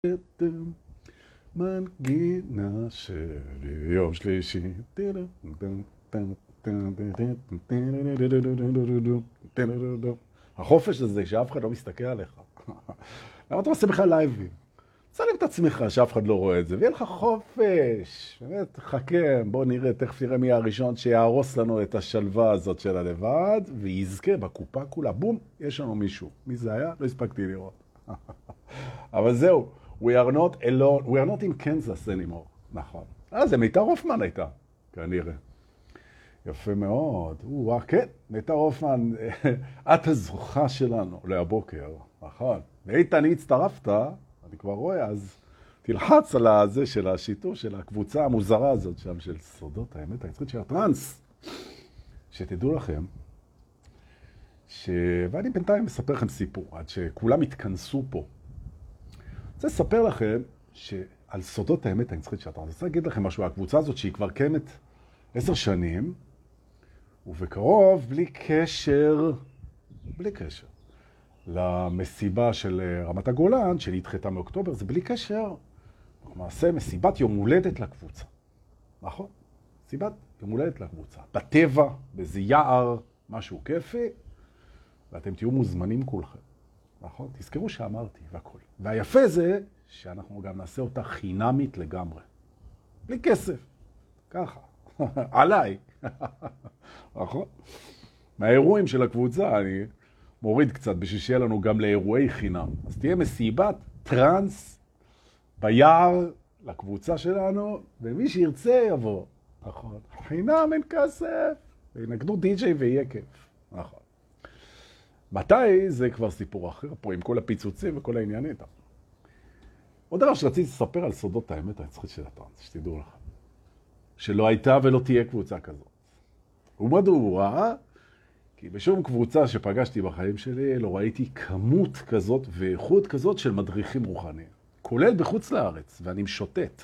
מנגינה של יום שלישי. החופש הזה שאף אחד לא מסתכל עליך. למה אתה עושה בכלל לייבים? צלם את עצמך שאף אחד לא רואה את זה, ויהיה לך חופש. באמת, חכה, בוא נראה, תכף נראה מי הראשון שיהרוס לנו את השלווה הזאת של הלבד, ויזכה בקופה כולה. בום, יש לנו מישהו. מי זה היה? לא הספקתי לראות. אבל זהו, we are not alone, we are not in Kansas anymore. נכון. זה מיתר הופמן הייתה, כנראה. יפה מאוד. כן, מיתר הופמן, את הזוכה שלנו להבוקר. נכון. ואיתן, הצטרפת, אני כבר רואה, אז תלחץ על הזה של השיתוף של הקבוצה המוזרה הזאת שם, של סודות האמת היצרית של הטרנס. שתדעו לכם, ואני בינתיים מספר לכם סיפור, עד שכולם התכנסו פה. אני רוצה לספר לכם שעל סודות האמת הנצחית של הטרנס. אני רוצה להגיד לכם משהו, הקבוצה הזאת שהיא כבר קיימת 10 שנים, ובקרוב, בלי קשר למסיבה של רמת הגולן, שנדחתה מאוקטובר, זה בלי קשר, למעשה מסיבת יום הולדת לקבוצה. נכון? מסיבת יום הולדת לקבוצה. בטבע, באיזה יער, משהו כיפי, ואתם תהיו מוזמנים כולכם. נכון? תזכרו שאמרתי והכל. והיפה זה שאנחנו גם נעשה אותה חינמית לגמרי. בלי כסף. ככה. עליי. נכון? מהאירועים של הקבוצה אני מוריד קצת בשביל שיהיה לנו גם לאירועי חינם. אז תהיה מסיבת טרנס ביער לקבוצה שלנו, ומי שירצה יבוא. נכון. חינם אין כסף. וינגדו די-ג'יי ויהיה כיף. נכון. מתי זה כבר סיפור אחר פה עם כל הפיצוצים וכל העניינים. עוד דבר שרציתי לספר על סודות האמת הנצחית של הטרנס, שתדעו לך. שלא הייתה ולא תהיה קבוצה כזאת. ומדוע? כי בשום קבוצה שפגשתי בחיים שלי לא ראיתי כמות כזאת ואיכות כזאת של מדריכים רוחניים. כולל בחוץ לארץ, ואני משוטט.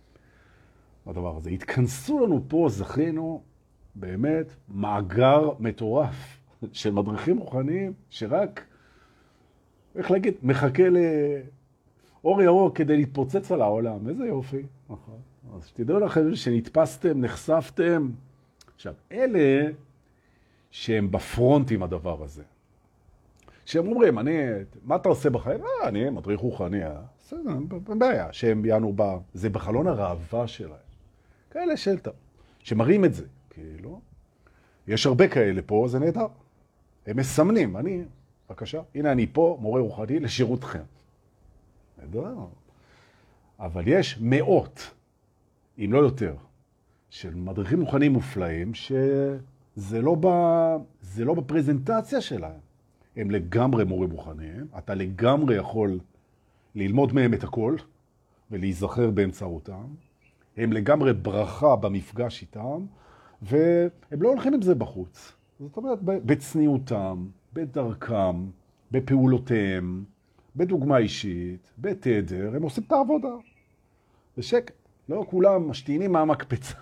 בדבר הזה. התכנסו לנו פה, זכינו, באמת מאגר מטורף של מדריכים רוחניים שרק, איך להגיד, מחכה לאור ירוק כדי להתפוצץ על העולם. איזה יופי. נכון. אז שתדעו לכם שנתפסתם, נחשפתם. עכשיו, אלה שהם בפרונט עם הדבר הזה. שהם אומרים, מה אתה עושה בחיים? אני מדריך רוחני. בסדר, בעיה. שהם יענו זה בחלון הראווה שלהם. כאלה שלטה. שמראים את זה. כאילו, יש הרבה כאלה פה, זה נהדר. הם מסמנים, בבקשה, הנה אני פה, מורה רוחני, לשירותכם. נהדר. אבל יש מאות, אם לא יותר, של מדריכים רוחניים מופלאים, שזה לא בפרזנטציה שלהם. הם לגמרי מורה רוחניים, אתה לגמרי יכול ללמוד מהם את הכל, ולהיזכר באמצעותם. הם לגמרי ברכה במפגש איתם, והם לא הולכים עם זה בחוץ. זאת אומרת, בצניעותם, בדרכם, בפעולותיהם, בדוגמה אישית, בתדר, הם עושים את העבודה. בשקט. לא כולם משתינים מהמקפצה.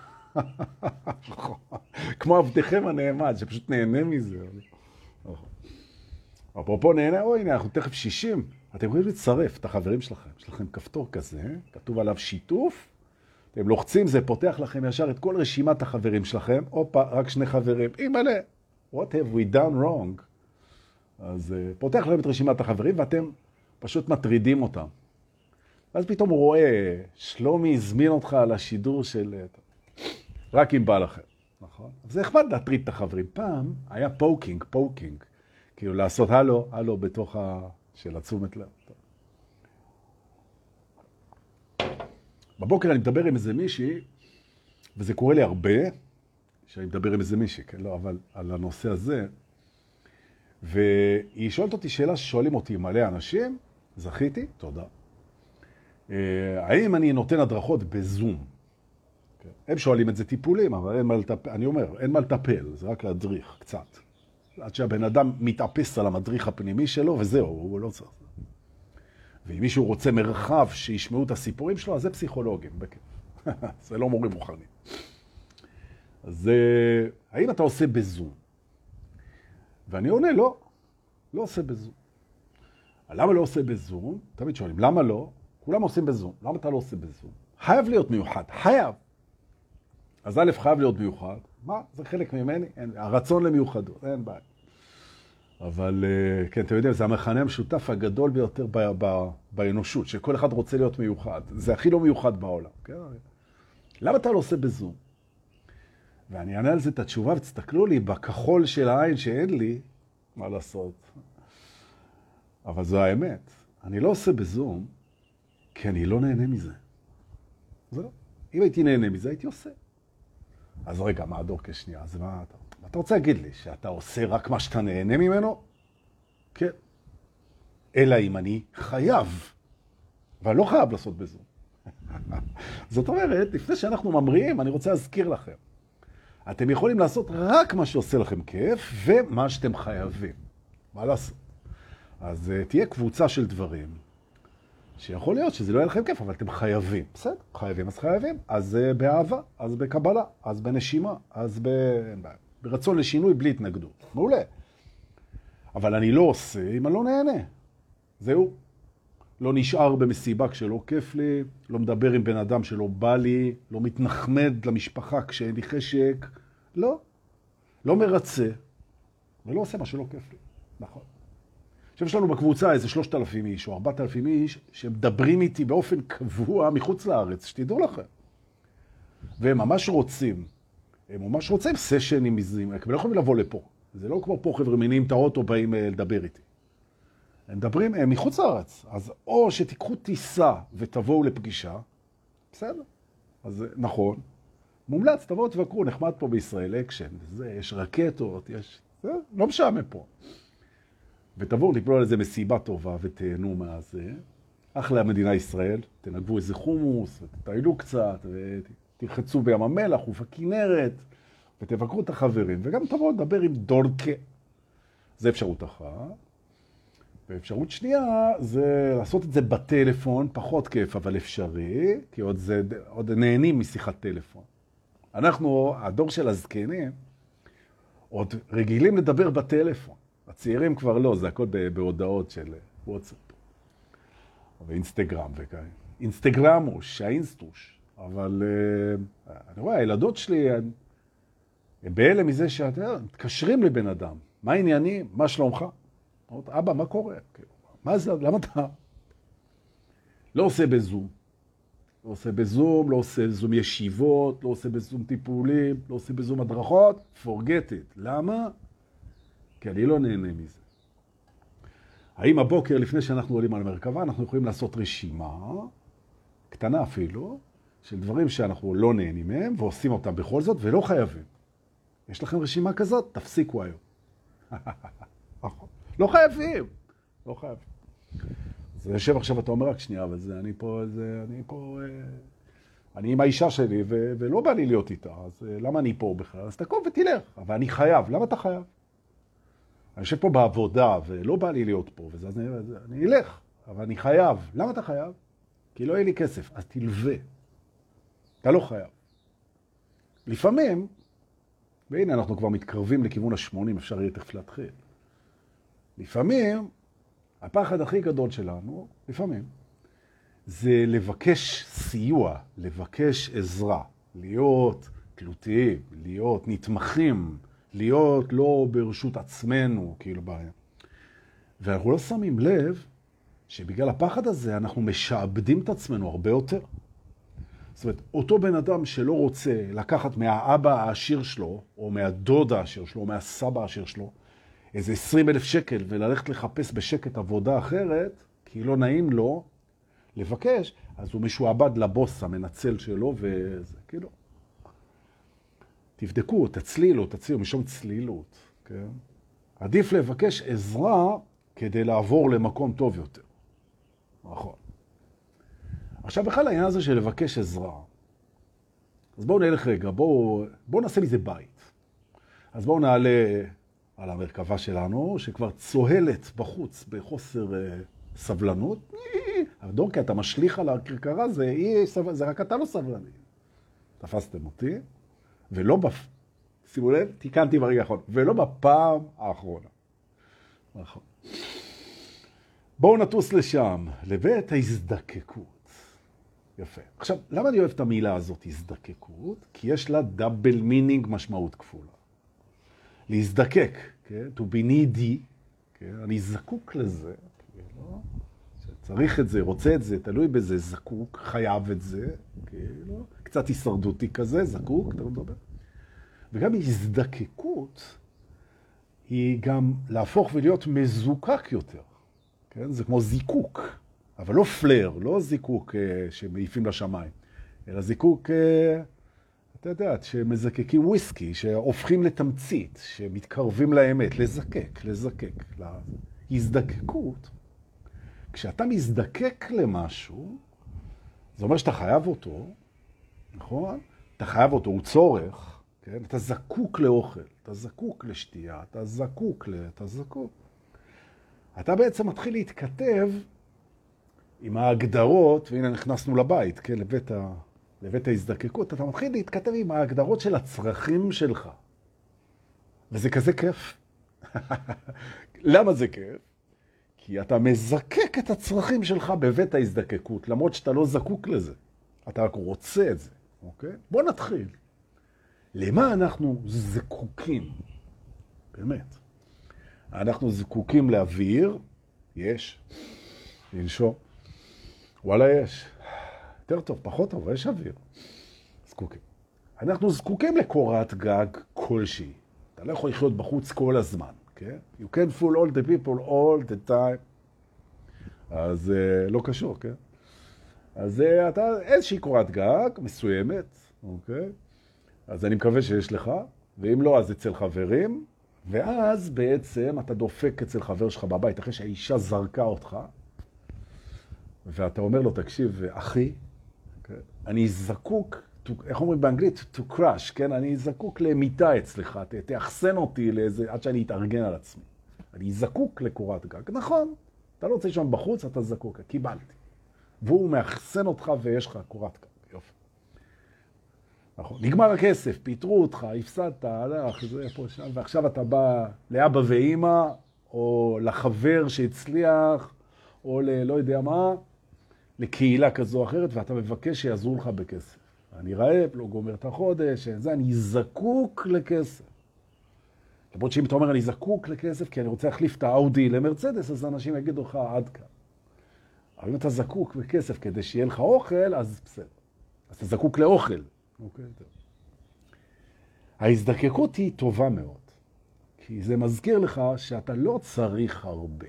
כמו עבדכם הנאמן, שפשוט נהנה מזה. אפרופו נהנה, הנה, אנחנו תכף 60. אתם יכולים לצרף את החברים שלכם. יש לכם כפתור כזה, כתוב עליו שיתוף. אתם לוחצים, זה פותח לכם ישר את כל רשימת החברים שלכם. אופה, רק 2 חברים. מלא. What have we done wrong? אז פותח לכם את רשימת החברים, ואתם פשוט מטרידים אותם. אז פתאום הוא רואה, שלומי הזמין אותך על השידור של... רק אם בא לכם. נכון? זה אכבד להטריד את החברים. פעם היה פוקינג. כאילו לעשות הלו בתוך של התשומת לב. בבוקר אני מדבר עם איזה מישהי, וזה קורה לי הרבה, שאני מדבר עם איזה מישהי, כן? לא, אבל על הנושא הזה. והיא שואלת אותי שאלה ששואלים אותי מלא אנשים, זכיתי, תודה. האם אני נותן הדרכות בזום? כן. הם שואלים את זה טיפולים, אבל אין מה לטפל, אני אומר, אין מה לטפל, זה רק להדריך קצת. עד שהבן אדם מתאפס על המדריך הפנימי שלו, וזהו, הוא לא צריך. ואם מישהו רוצה מרחב שישמעו את הסיפורים שלו, אז זה פסיכולוגים, זה לא מורים רוחניים. אז האם אתה עושה בזום? ואני עונה, לא עושה בזום. למה לא עושה בזום? תמיד שואלים, למה לא? כולם עושים בזום. למה אתה לא עושה בזום? חייב להיות מיוחד, חייב. אז א' חייב להיות מיוחד. מה? זה חלק ממני. הרצון למיוחדות, אין בעיה. אבל כן, אתם יודעים, זה המכנה המשותף הגדול ביותר באנושות, שכל אחד רוצה להיות מיוחד. זה הכי לא מיוחד בעולם. כן? למה אתה לא עושה בזום? ואני אענה על זה את התשובה, ותסתכלו לי בכחול של העין שאין לי, מה לעשות. אבל זו האמת. אני לא עושה בזום, כי אני לא נהנה מזה. זה לא. אם הייתי נהנה מזה, הייתי עושה. אז רגע, מה הדור כשנייה? אז מה אתה רוצה להגיד לי? שאתה עושה רק מה שאתה נהנה ממנו? כן. אלא אם אני חייב. אבל לא חייב לעשות בזום. זאת אומרת, לפני שאנחנו ממריאים, אני רוצה להזכיר לכם. אתם יכולים לעשות רק מה שעושה לכם כיף, ומה שאתם חייבים. מה לעשות? אז תהיה קבוצה של דברים, שיכול להיות שזה לא יהיה לכם כיף, אבל אתם חייבים. בסדר? חייבים, אז חייבים. אז באהבה, אז בקבלה, אז בנשימה, אז ברצון לשינוי בלי התנגדות. מעולה. אבל אני לא עושה אם אני לא נהנה. זהו. לא נשאר במסיבה כשלא כיף לי, לא מדבר עם בן אדם שלא בא לי, לא מתנחמד למשפחה כשאין לי חשק. לא. לא מרצה. ולא עושה מה שלא כיף לי. נכון. עכשיו יש לנו בקבוצה איזה 3,000 איש או 4,000 איש שמדברים איתי באופן קבוע מחוץ לארץ, שתדעו לכם. והם ממש רוצים, סשנים מזים, הם לא יכולים לבוא לפה. זה לא כמו פה חבר'ה מניעים את האוטו באים לדבר איתי. הם מדברים, הם מחוץ לארץ. אז או שתיקחו טיסה ותבואו לפגישה, בסדר. אז נכון. מומלץ, תבואו תבקרו, נחמד פה בישראל, אקשן, יש רקטות, לא משעמם פה. ותבואו, תפלו על איזה מסיבה טובה ותהנו מהזה. אחלה המדינה ישראל, תנגבו איזה חומוס, ותטיילו קצת, ותרחצו בים המלח ובכנרת, ותבקרו את החברים, וגם תבואו לדבר עם דורקה. זה אפשרות אחת. ואפשרות שנייה זה לעשות את זה בטלפון, פחות כיף, אבל אפשרי, כי עוד נהנים משיחת טלפון. אנחנו, הדור של הזקנים, עוד רגילים לדבר בטלפון. הצעירים כבר לא, זה הכל בהודעות של וואטסאפ. ואינסטגרם וכאלה. אינסטגרמוש, האינסטוש. אבל אני רואה, הילדות שלי, הם בהלם מזה שאתם מתקשרים לבן אדם. מה העניינים? מה שלומך? אבא, מה קורה? מה זה? למה אתה? לא עושה בזום. לא עושה בזום, לא עושה בזום ישיבות, לא עושה בזום טיפולים, לא עושה בזום הדרכות. forget it. למה? כי אני לא נהנה מזה. האם הבוקר, לפני שאנחנו עולים על המרכבה, אנחנו יכולים לעשות רשימה, קטנה אפילו, של דברים שאנחנו לא נהנים מהם, ועושים אותם בכל זאת, ולא חייבים. יש לכם רשימה כזאת? תפסיקו היום. לא חייבים. לא חייבים. אז יושב עכשיו, אתה אומר רק שנייה, אבל אני עם האישה שלי, ולא בא לי להיות איתה, אז למה אני פה בכלל? אז תקום ותלך. אבל אני חייב. למה אתה חייב? אני יושב פה בעבודה, ולא בא לי להיות פה, אז אני אלך, אבל אני חייב. למה אתה חייב? כי לא יהיה לי כסף, אז תלווה. אתה לא חייב. לפעמים, והנה אנחנו כבר מתקרבים לכיוון ה-80, אפשר יהיה תכף להתחיל. לפעמים, הפחד הכי גדול שלנו, לפעמים, זה לבקש סיוע, לבקש עזרה, להיות תלותיים, להיות נתמכים, להיות לא ברשות עצמנו, כאילו בעיה. ואנחנו לא שמים לב שבגלל הפחד הזה אנחנו משעבדים את עצמנו הרבה יותר. זאת אומרת, אותו בן אדם שלא רוצה לקחת מהאבא העשיר שלו, או מהדוד העשיר שלו, או מהסבא העשיר שלו, איזה 20,000 שקל, וללכת לחפש בשקט עבודה אחרת, כי לא נעים לו לבקש, אז הוא משועבד לבוס המנצל שלו, וזה כאילו. תבדקו, תצלילו, משום צלילות, כן? עדיף לבקש עזרה כדי לעבור למקום טוב יותר. נכון. עכשיו בכלל העניין הזה של לבקש עזרה. אז בואו נלך רגע, בואו נעשה מזה בית. אז בואו נעלה על המרכבה שלנו, שכבר צוהלת בחוץ בחוסר סבלנות. אבל דורקי, אתה משליך על הכרכרה, זה רק אתה לא סבלני. תפסתם אותי, שימו לב, תיקנתי ברגע האחרון, ולא בפעם האחרונה. נכון. בואו נטוס לשם, לבית ההזדקקות. יפה. עכשיו, למה אני אוהב את המילה הזאת, הזדקקות? כי יש לה דאבל מינינג, משמעות כפולה. להזדקק, כן? To be needy, כן? אני זקוק לזה, כאילו, צריך את זה, רוצה את זה, תלוי בזה, זקוק, חייב את זה, כאילו, קצת הישרדותי כזה, זקוק, אתה מדבר. וגם הזדקקות היא גם להפוך ולהיות מזוקק יותר, כן? זה כמו זיקוק, אבל לא פלר, לא זיקוק שמעיפים לשמיים, אלא זיקוק, אתה יודעת, שמזקקים וויסקי, שהופכים לתמצית, שמתקרבים לאמת, לזקק. הזדקקות, כשאתה מזדקק למשהו, זה אומר שאתה חייב אותו, נכון? אתה חייב אותו, הוא צורך, כן? אתה זקוק לאוכל, אתה זקוק לשתייה, אתה זקוק. אתה בעצם מתחיל להתכתב עם ההגדרות, והנה נכנסנו לבית, כן? לבית ההזדקקות, אתה מתחיל להתכתב עם ההגדרות של הצרכים שלך. וזה כזה כיף. למה זה כיף? כי אתה מזקק את הצרכים שלך בבית ההזדקקות, למרות שאתה לא זקוק לזה. אתה רק רוצה את זה, אוקיי? בוא נתחיל. למה אנחנו זקוקים? באמת. אנחנו זקוקים לאוויר, יש. לנשום. וואלה יש. יותר טוב, פחות טוב, יש אוויר. זקוקים. אנחנו זקוקים לקורת גג כלשהי. אתה לא יכול לחיות בחוץ כל הזמן, כן? You can fool all the people all the time. אז לא קשור, כן? אז אתה איזושהי קורת גג מסוימת, אוקיי? אז אני מקווה שיש לך, ואם לא, אז אצל חברים, ואז בעצם אתה דופק אצל חבר שלך בבית, אחרי שהאישה זרקה אותך, ואתה אומר לו, תקשיב, אחי, אני זקוק, איך אומרים באנגלית? To crash, כן? אני זקוק למיטה אצלך, תאחסן אותי עד שאני אתארגן על עצמי. אני זקוק לקורת גג. נכון, אתה לא רוצה לישון בחוץ, אתה זקוק, קיבלתי. והוא מאחסן אותך ויש לך קורת גג. יופי. נכון. נגמר הכסף, פיתרו אותך, הפסדת, הלך, זה פה שם, ועכשיו אתה בא לאבא ואמא, או לחבר שהצליח, או לא יודע מה, לקהילה כזו או אחרת, ואתה מבקש שיעזרו לך בכסף. אני רעב, לא גומר את החודש, אני זקוק לכסף. למרות שאם אתה אומר, אני זקוק לכסף, כי אני רוצה להחליף את האאודי למרצדס, אז אנשים יגידו לך עד כאן. אבל אם אתה זקוק בכסף כדי שיהיה לך אוכל, אז בסדר. אז אתה זקוק לאוכל. אוקיי, טוב. ההזדקקות היא טובה מאוד, כי זה מזכיר לך שאתה לא צריך הרבה.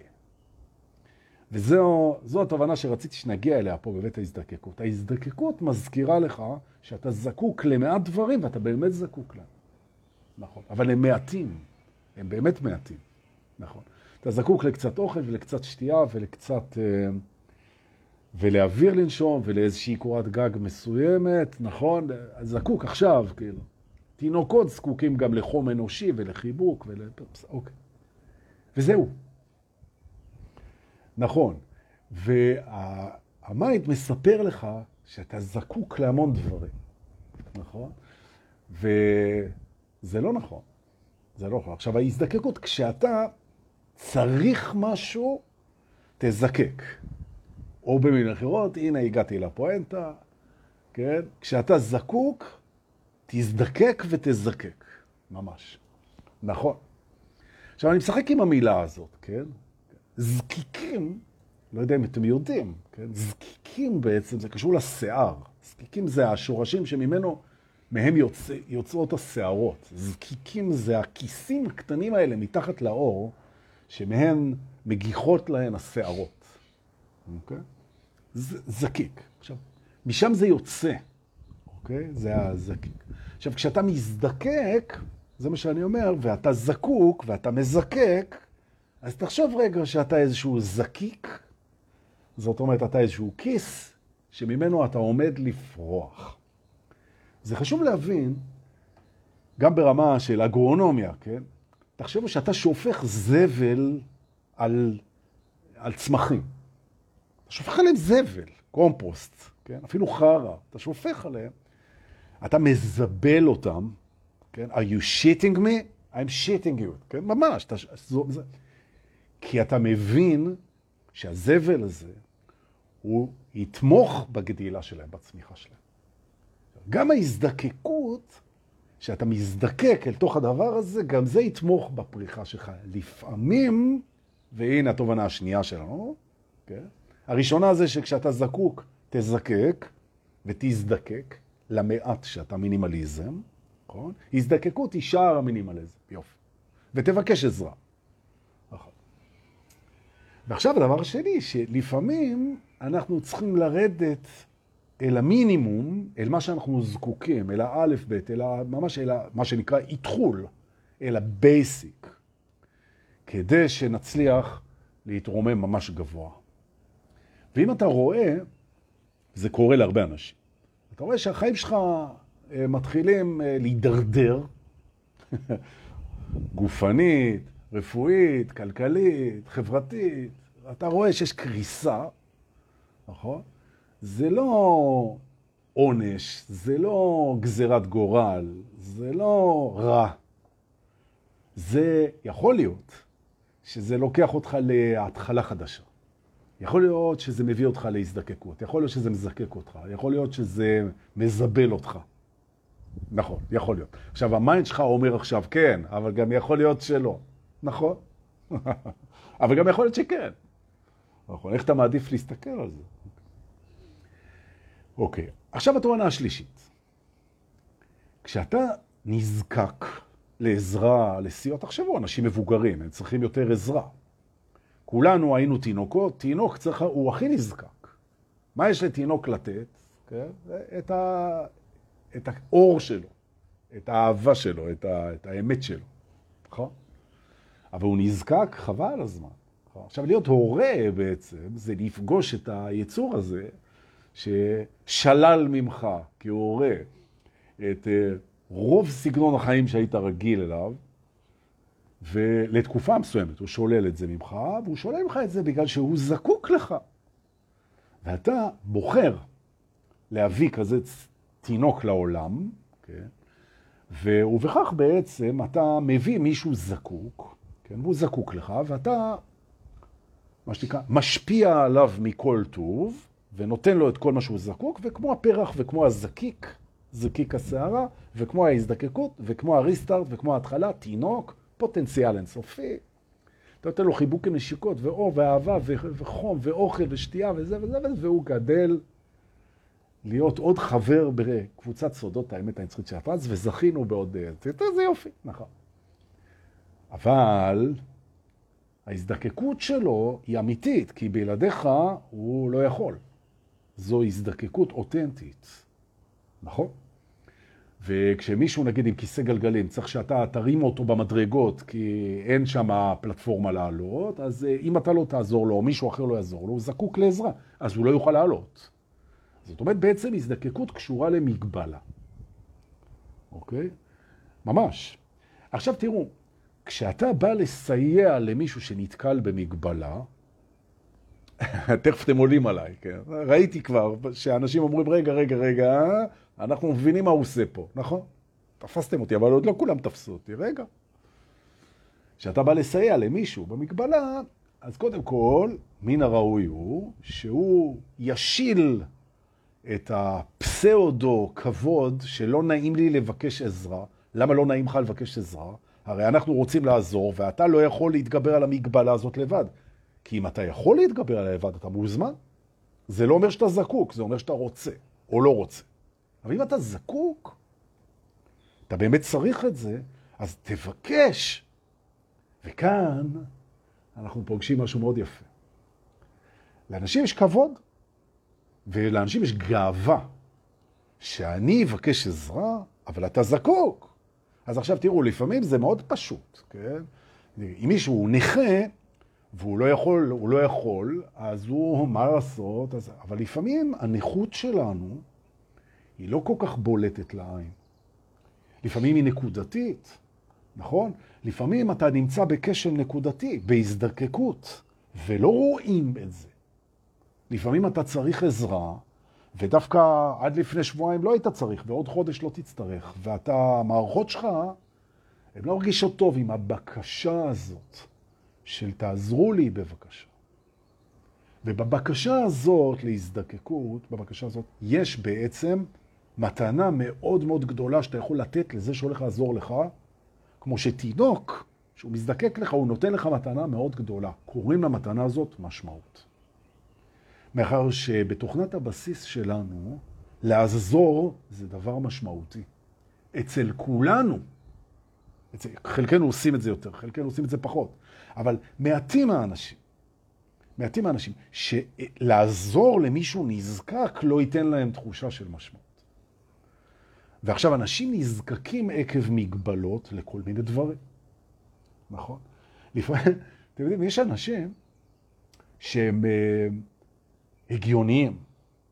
וזו התובנה שרציתי שנגיע אליה פה בבית ההזדקקות. ההזדקקות מזכירה לך שאתה זקוק למעט דברים, ואתה באמת זקוק להם. נכון. אבל הם מעטים. הם באמת מעטים. נכון. אתה זקוק לקצת אוכל ולקצת שתייה ולקצת... ולאוויר לנשום ולאיזושהי קורת גג מסוימת, נכון? זקוק עכשיו, כאילו. תינוקות זקוקים גם לחום אנושי ולחיבוק אוקיי. וזהו. נכון. והמיינד מספר לך שאתה זקוק להמון דברים. נכון? וזה לא נכון. זה לא נכון. עכשיו, ההזדקקות, כשאתה צריך משהו, תזקק. או במילים אחרות, הנה הגעתי לפואנטה, כן? כשאתה זקוק, תזדקק ותזקק. ממש. נכון. עכשיו, אני משחק עם המילה הזאת, כן? זקיקים, לא יודע אם אתם יודעים, כן? זקיקים בעצם, זה קשור לשיער. זקיקים זה השורשים שממנו, מהם יוצאות השערות. זקיקים זה הכיסים הקטנים האלה מתחת לאור, שמהם מגיחות להן השערות. אוקיי? זקיק. עכשיו, משם זה יוצא. אוקיי? זה הזקיק. עכשיו, כשאתה מזדקק, זה מה שאני אומר, ואתה זקוק ואתה מזקק, אז תחשוב רגע שאתה איזשהו זקיק, זאת אומרת, אתה איזשהו כיס, שממנו אתה עומד לפרוח. זה חשוב להבין, גם ברמה של אגרונומיה, כן? תחשבו שאתה שופך זבל על צמחים. אתה שופך עליהם זבל, קומפוסט, כן? אפילו חרה. אתה שופך עליהם, אתה מזבל אותם, כן? Are you shitting me? I'm shitting you, כן? ממש. כי אתה מבין שהזבל הזה הוא יתמוך בגדילה שלהם, בצמיחה שלהם. גם ההזדקקות, שאתה מזדקק אל תוך הדבר הזה, גם זה יתמוך בפריחה שלך. לפעמים, והנה התובנה השנייה שלנו, okay? הראשונה זה שכשאתה זקוק, תזקק ותזדקק למעט שאתה מינימליזם, נכון? הזדקקות היא שער המינימליזם, יופי. ותבקש עזרה. ועכשיו הדבר השני, שלפעמים אנחנו צריכים לרדת אל המינימום, אל מה שאנחנו זקוקים, אל האלף בית, ממש אל מה שנקרא איתחול, אל הבייסיק, כדי שנצליח להתרומם ממש גבוה. ואם אתה רואה, זה קורה להרבה אנשים, אתה רואה שהחיים שלך מתחילים להידרדר, גופנית, רפואית, כלכלית, חברתית, אתה רואה שיש קריסה, נכון? זה לא עונש, זה לא גזירת גורל, זה לא רע. זה יכול להיות שזה לוקח אותך להתחלה חדשה. יכול להיות שזה מביא אותך להזדקקות, יכול להיות שזה מזקק אותך, יכול להיות שזה מזבל אותך. נכון, יכול להיות. עכשיו, המיינד שלך אומר עכשיו כן, אבל גם יכול להיות שלא. נכון? אבל גם יכול להיות שכן. נכון, איך אתה מעדיף להסתכל על זה? אוקיי, עכשיו התובנה השלישית. כשאתה נזקק לעזרה, לסיוע, תחשבו, אנשים מבוגרים, הם צריכים יותר עזרה. כולנו היינו תינוקות, תינוק צריך, הוא הכי נזקק. מה יש לתינוק לתת? כן? את האור שלו, את האהבה שלו, את האמת שלו. נכון? אבל הוא נזקק חבל על הזמן. עכשיו, להיות הורה בעצם, זה לפגוש את היצור הזה, ששלל ממך, כי הוא הורה, את רוב סגנון החיים שהיית רגיל אליו, ולתקופה מסוימת הוא שולל את זה ממך, והוא שולל ממך את זה בגלל שהוא זקוק לך. ואתה בוחר להביא כזה תינוק לעולם, כן? ובכך בעצם אתה מביא מישהו זקוק, כן? והוא זקוק לך, ואתה, מה שנקרא, משפיע עליו מכל טוב, ונותן לו את כל מה שהוא זקוק, וכמו הפרח וכמו הזקיק, זקיק השערה, וכמו ההזדקקות, וכמו הריסטארט, וכמו ההתחלה, תינוק, פוטנציאל אינסופי. אתה נותן לו חיבוק עם נשיקות, ואור, ואהבה, וחום, ואוכל, ושתייה, וזה וזה וזה, והוא גדל להיות עוד חבר בקבוצת סודות האמת הנצחית של הפרס, וזכינו בעוד, זה יופי, נכון. אבל ההזדקקות שלו היא אמיתית, כי בלעדיך הוא לא יכול. זו הזדקקות אותנטית, נכון? וכשמישהו, נגיד, עם כיסא גלגלים, צריך שאתה תרים אותו במדרגות, כי אין שם פלטפורמה לעלות, אז אם אתה לא תעזור לו, או מישהו אחר לא יעזור לו, הוא זקוק לעזרה, אז הוא לא יוכל לעלות. זאת אומרת, בעצם הזדקקות קשורה למגבלה. אוקיי? ממש. עכשיו תראו, כשאתה בא לסייע למישהו שנתקל במגבלה, תכף אתם עולים עליי, כן? ראיתי כבר שאנשים אומרים, רגע, אנחנו מבינים מה הוא עושה פה, נכון? תפסתם אותי, אבל עוד לא כולם תפסו אותי, רגע. כשאתה בא לסייע למישהו במגבלה, אז קודם כל, מן הראוי הוא שהוא ישיל את הפסאודו כבוד שלא נעים לי לבקש עזרה. למה לא נעים לך לבקש עזרה? הרי אנחנו רוצים לעזור, ואתה לא יכול להתגבר על המגבלה הזאת לבד. כי אם אתה יכול להתגבר עליה לבד, אתה מוזמן. זה לא אומר שאתה זקוק, זה אומר שאתה רוצה, או לא רוצה. אבל אם אתה זקוק, אתה באמת צריך את זה, אז תבקש. וכאן אנחנו פוגשים משהו מאוד יפה. לאנשים יש כבוד, ולאנשים יש גאווה, שאני אבקש עזרה, אבל אתה זקוק. אז עכשיו תראו, לפעמים זה מאוד פשוט, כן? אם מישהו נכה, והוא לא יכול, אז הוא, מה לעשות? אבל לפעמים הנכות שלנו היא לא כל כך בולטת לעין. לפעמים היא נקודתית, נכון? לפעמים אתה נמצא בקשר נקודתי, בהזדקקות, ולא רואים את זה. לפעמים אתה צריך עזרה, ודווקא עד לפני שבועיים לא היית צריך, ועוד חודש לא תצטרך, המערכות שלך, הן לא רגישות טוב עם הבקשה הזאת, של תעזרו לי בבקשה. ובבקשה הזאת להזדקקות, בבקשה הזאת, יש בעצם מתנה מאוד מאוד גדולה שאתה יכול לתת לזה שהולך לעזור לך, כמו שתינוק, שהוא מזדקק לך, הוא נותן לך מתנה מאוד גדולה. קוראים למתנה הזאת משמעות. מאחר שבתוכנת הבסיס שלנו, לעזור זה דבר משמעותי. אצל כולנו, חלקנו עושים את זה יותר, חלקנו עושים את זה פחות, אבל מעטים האנשים שלעזור למישהו נזקק לא ייתן להם תחושה של משמעות. ועכשיו אנשים נזקקים עקב מגבלות לכל מיני דברים. נכון? לפעמים, אתם יודעים, יש אנשים שהם הגיוניים.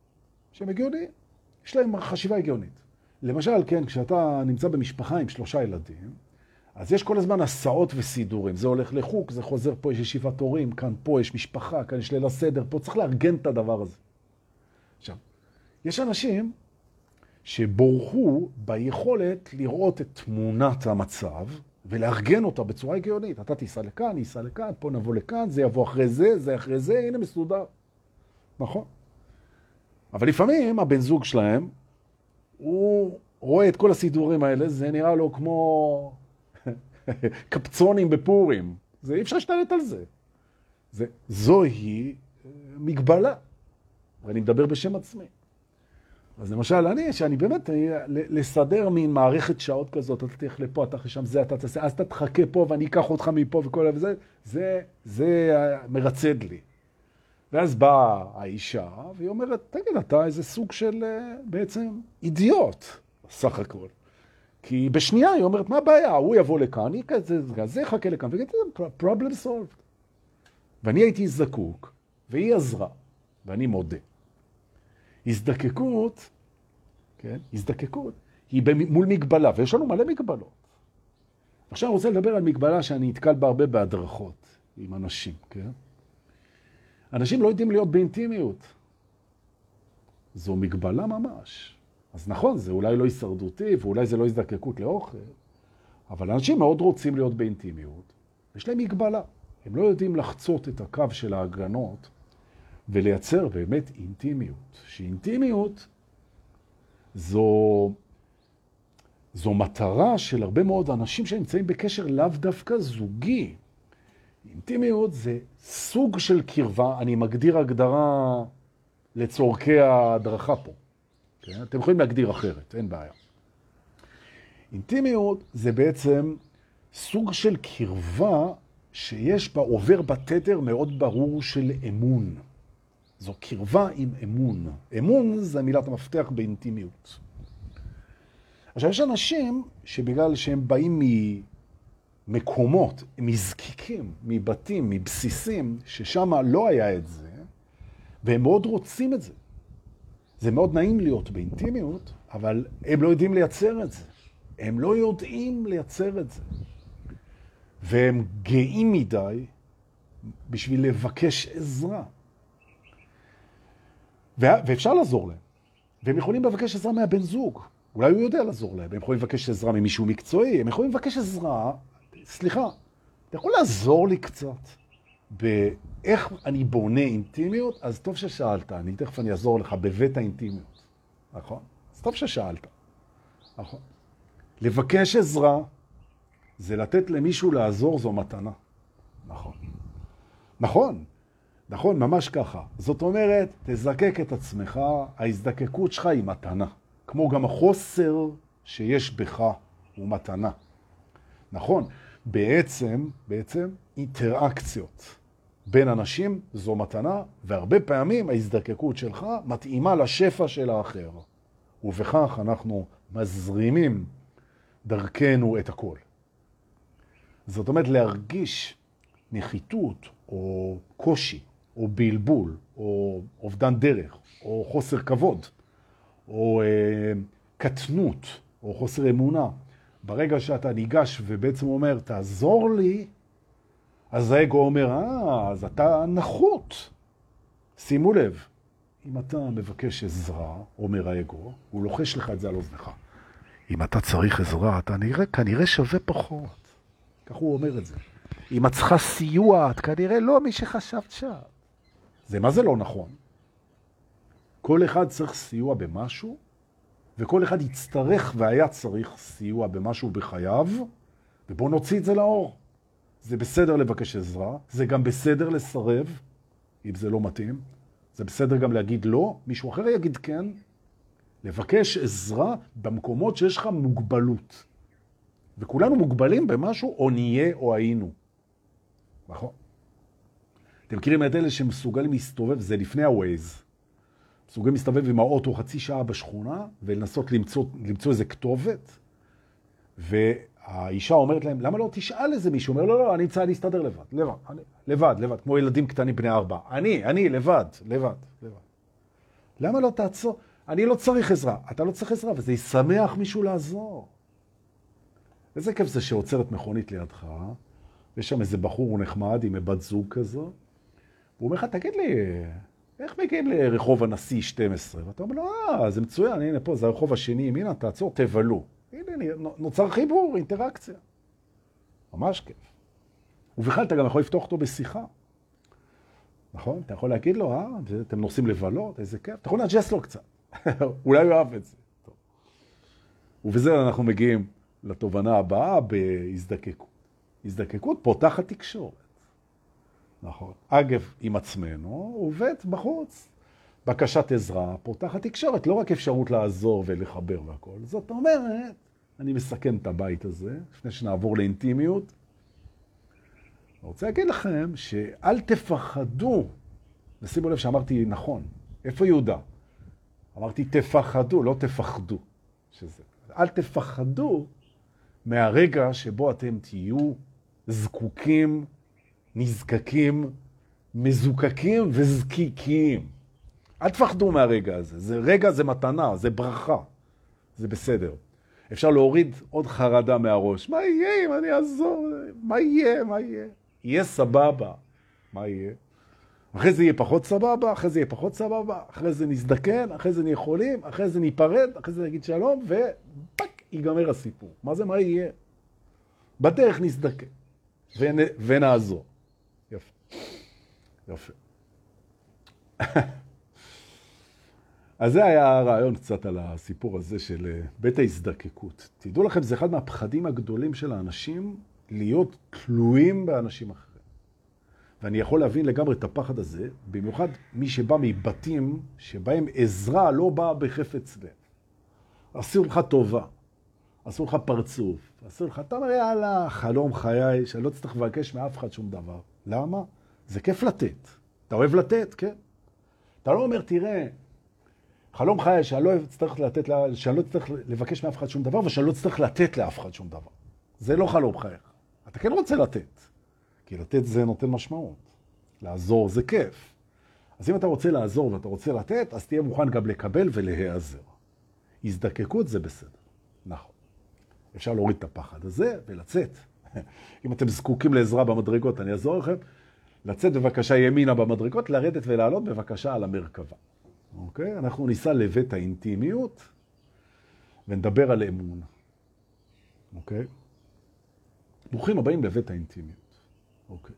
יש להם חשיבה הגיונית. למשל, כן, כשאתה נמצא במשפחה עם 3 ילדים, אז יש כל הזמן הסעות וסידורים. זה הולך לחוק, זה חוזר, פה יש ישיבת הורים, כאן פה יש משפחה, כאן יש ליל הסדר, פה צריך לארגן את הדבר הזה. עכשיו, יש אנשים שבורחו ביכולת לראות את תמונת המצב ולארגן אותה בצורה הגיונית. אתה תיסע לכאן, אני אסע לכאן, פה נבוא לכאן, זה יבוא אחרי זה, זה אחרי זה, הנה מסודר. נכון? אבל לפעמים הבן זוג שלהם, הוא רואה את כל הסידורים האלה, זה נראה לו כמו קפצונים בפורים. זה אי אפשר להשתלט על זה. זוהי מגבלה. ואני מדבר בשם עצמי. אז למשל, שאני באמת, לסדר מין מערכת שעות כזאת, אתה תלך לפה, אתה שם זה, אתה תעשה, אז אתה תחכה פה ואני אקח אותך מפה וכל זה, זה מרצד לי. ואז באה האישה, והיא אומרת, תגיד, אתה איזה סוג של בעצם אידיוט, סך הכל. כי בשנייה היא אומרת, מה הבעיה? הוא יבוא לכאן, זה יחכה לכאן, וגיד, problem solved. ואני הייתי זקוק, והיא עזרה, ואני מודה. הזדקקות, כן? הזדקקות היא מול מגבלה, ויש לנו מלא מגבלות. עכשיו אני רוצה לדבר על מגבלה שאני אתקל בה הרבה בהדרכות עם אנשים, כן? אנשים לא יודעים להיות באינטימיות. זו מגבלה ממש. אז נכון, זה אולי לא הישרדותי, ואולי זה לא הזדקקות לאוכל, אבל אנשים מאוד רוצים להיות באינטימיות, יש להם מגבלה. הם לא יודעים לחצות את הקו של ההגנות, ולייצר באמת אינטימיות. שאינטימיות זו מטרה של הרבה מאוד אנשים שנמצאים בקשר לאו דווקא זוגי. אינטימיות זה סוג של קרבה, אני מגדיר הגדרה לצורכי ההדרכה פה. כן? אתם יכולים להגדיר אחרת, אין בעיה. אינטימיות זה בעצם סוג של קרבה שיש בה, עובר בתדר מאוד ברור של אמון. זו קרבה עם אמון. אמון זה מילת המפתח באינטימיות. עכשיו, יש אנשים שבגלל שהם באים ממקומות, מזקיקים, מבתים, מבסיסים, ששם לא היה את זה, והם מאוד רוצים את זה. זה מאוד נעים להיות באינטימיות, אבל הם לא יודעים לייצר את זה. הם לא יודעים לייצר את זה. והם גאים מדי בשביל לבקש עזרה. ואפשר לעזור להם. והם יכולים לבקש עזרה מהבן זוג. אולי הוא יודע לעזור להם. הם יכולים לבקש עזרה ממישהו מקצועי. הם יכולים לבקש עזרה. סליחה, אתה יכול לעזור לי קצת באיך אני בונה אינטימיות? אז טוב ששאלת. תכף אני אעזור לך בבית האינטימיות. נכון? אז טוב ששאלת. נכון? לבקש עזרה זה לתת למישהו לעזור, זו מתנה. נכון. נכון. נכון, ממש ככה. זאת אומרת, תזקק את עצמך, ההזדקקות שלך היא מתנה. כמו גם החוסר שיש בך הוא מתנה. נכון, בעצם אינטראקציות בין אנשים זו מתנה, והרבה פעמים ההזדקקות שלך מתאימה לשפע של האחר. ובכך אנחנו מזרימים דרכנו את הכל. זאת אומרת, להרגיש נחיתות או קושי, או בלבול, או אובדן דרך, או חוסר כבוד, או קטנות, או חוסר אמונה. ברגע שאתה ניגש ובעצם אומר, תעזור לי, אז האגו אומר, אז אתה נחות. שימו לב, אם אתה מבקש עזרה, אומר האגו, הוא לוחש לך את זה על אוזנך. אם אתה צריך עזרה, אתה כנראה שווה פחות. כך הוא אומר את זה. אם את צריכה סיוע, את כנראה לא מי שחשבת שם. זה מה זה לא נכון? כל אחד צריך סיוע במשהו, וכל אחד יצטרך והיה צריך סיוע במשהו בחייו, ובואו נוציא את זה לאור. זה בסדר לבקש עזרה, זה גם בסדר לסרב, אם זה לא מתאים. זה בסדר גם להגיד לא, מישהו אחר יגיד כן. לבקש עזרה במקומות שיש לך מוגבלות. וכולנו מוגבלים במשהו, או נהיה או היינו. נכון? אתם מכירים את אלה שמסוגלים להסתובב, זה לפני הווייז. מסוגלים להסתובב עם האוטו חצי שעה בשכונה, ולנסות למצוא איזה כתובת, והאישה אומרת להם, למה לא תשאל איזה מישהו? אומר, לא, אני אמצא להסתדר לבד, כמו ילדים קטנים בני 4. אני, לבד. למה לא תעצור? אני לא צריך עזרה. אתה לא צריך עזרה, וזה ישמח מישהו לעזור. איזה כיף זה שעוצרת מכונית לידך, ויש שם איזה בחור נחמד עם בת זוג כזו, והוא אומר לך, תגיד לי, איך מגיעים לרחוב הנשיא 12? ואתה אומר לו, זה מצוין, הנה פה, זה הרחוב השני, הנה, תעצור, תבלו. הנה, נוצר חיבור, אינטראקציה. ממש כיף. ובכלל, אתה גם יכול לפתוח אותו בשיחה. נכון? אתה יכול להגיד לו, אתם נוסעים לבלות, איזה כיף. אתה יכול להג'ס לו קצת. אולי הוא אוהב את זה. טוב. ובזה אנחנו מגיעים לתובנה הבאה בהזדקקות. הזדקקות פותחת תקשורת. נכון. אגב, עם עצמנו, עובד בחוץ. בקשת עזרה פותחת תקשורת, לא רק אפשרות לעזור ולחבר והכל. זאת אומרת, אני מסכן את הבית הזה, לפני שנעבור לאינטימיות. אני רוצה להגיד לכם שאל תפחדו, ושימו לב שאמרתי נכון, איפה יהודה? אמרתי תפחדו, לא תפחדו. אל תפחדו מהרגע שבו אתם תהיו זקוקים, נזקקים, מזוקקים וזקיקים. אל תפחדו מהרגע הזה. זה רגע, זה מתנה, זה ברכה. זה בסדר. אפשר להוריד עוד חרדה מהראש. מה יהיה אם אני אעזור? מה יהיה? יהיה סבבה. מה יהיה? אחרי זה יהיה פחות סבבה, אחרי זה יהיה פחות סבבה, אחרי זה נזדקן, אחרי זה נהיה חולים, אחרי זה ניפרד, אחרי זה נגיד שלום, ופק, ייגמר הסיפור. מה זה? מה יהיה? בדרך נזדקן. ונעזור. יפה. אז זה היה הרעיון קצת על הסיפור הזה של בית ההזדקקות. תדעו לכם, זה אחד מהפחדים הגדולים של האנשים, להיות תלויים באנשים אחרים. ואני יכול להבין לגמרי את הפחד הזה, במיוחד מי שבא מבתים שבהם עזרה לא באה בחפץ לב. עשו לך טובה, עשו לך פרצוף, עשו לך, אתה אומר, יאללה, חלום חיי, שאני לא צריך לבקש מאף אחד שום דבר. למה? זה כיף לתת. אתה אוהב לתת, כן? אתה לא אומר, תראה, חלום חיי שאני לא צריך לתת, שאני לא צריך לבקש מאף אחד שום דבר, ושאני לא צריך לתת לאף אחד שום דבר. זה לא חלום חייך. אתה כן רוצה לתת. כי לתת זה נותן משמעות. לעזור זה כיף. אז אם אתה רוצה לעזור ואתה רוצה לתת, אז תהיה מוכן גם לקבל ולהיעזר. הזדקקות זה בסדר. נכון. אפשר להוריד את הפחד הזה ולצאת. אם אתם זקוקים לעזרה במדרגות, אני אעזור לכם. לצאת בבקשה ימינה במדרגות, לרדת ולעלות בבקשה על המרכבה. אוקיי? אנחנו ניסע לבית האינטימיות ונדבר על אמון. אוקיי? ברוכים הבאים לבית האינטימיות. אוקיי.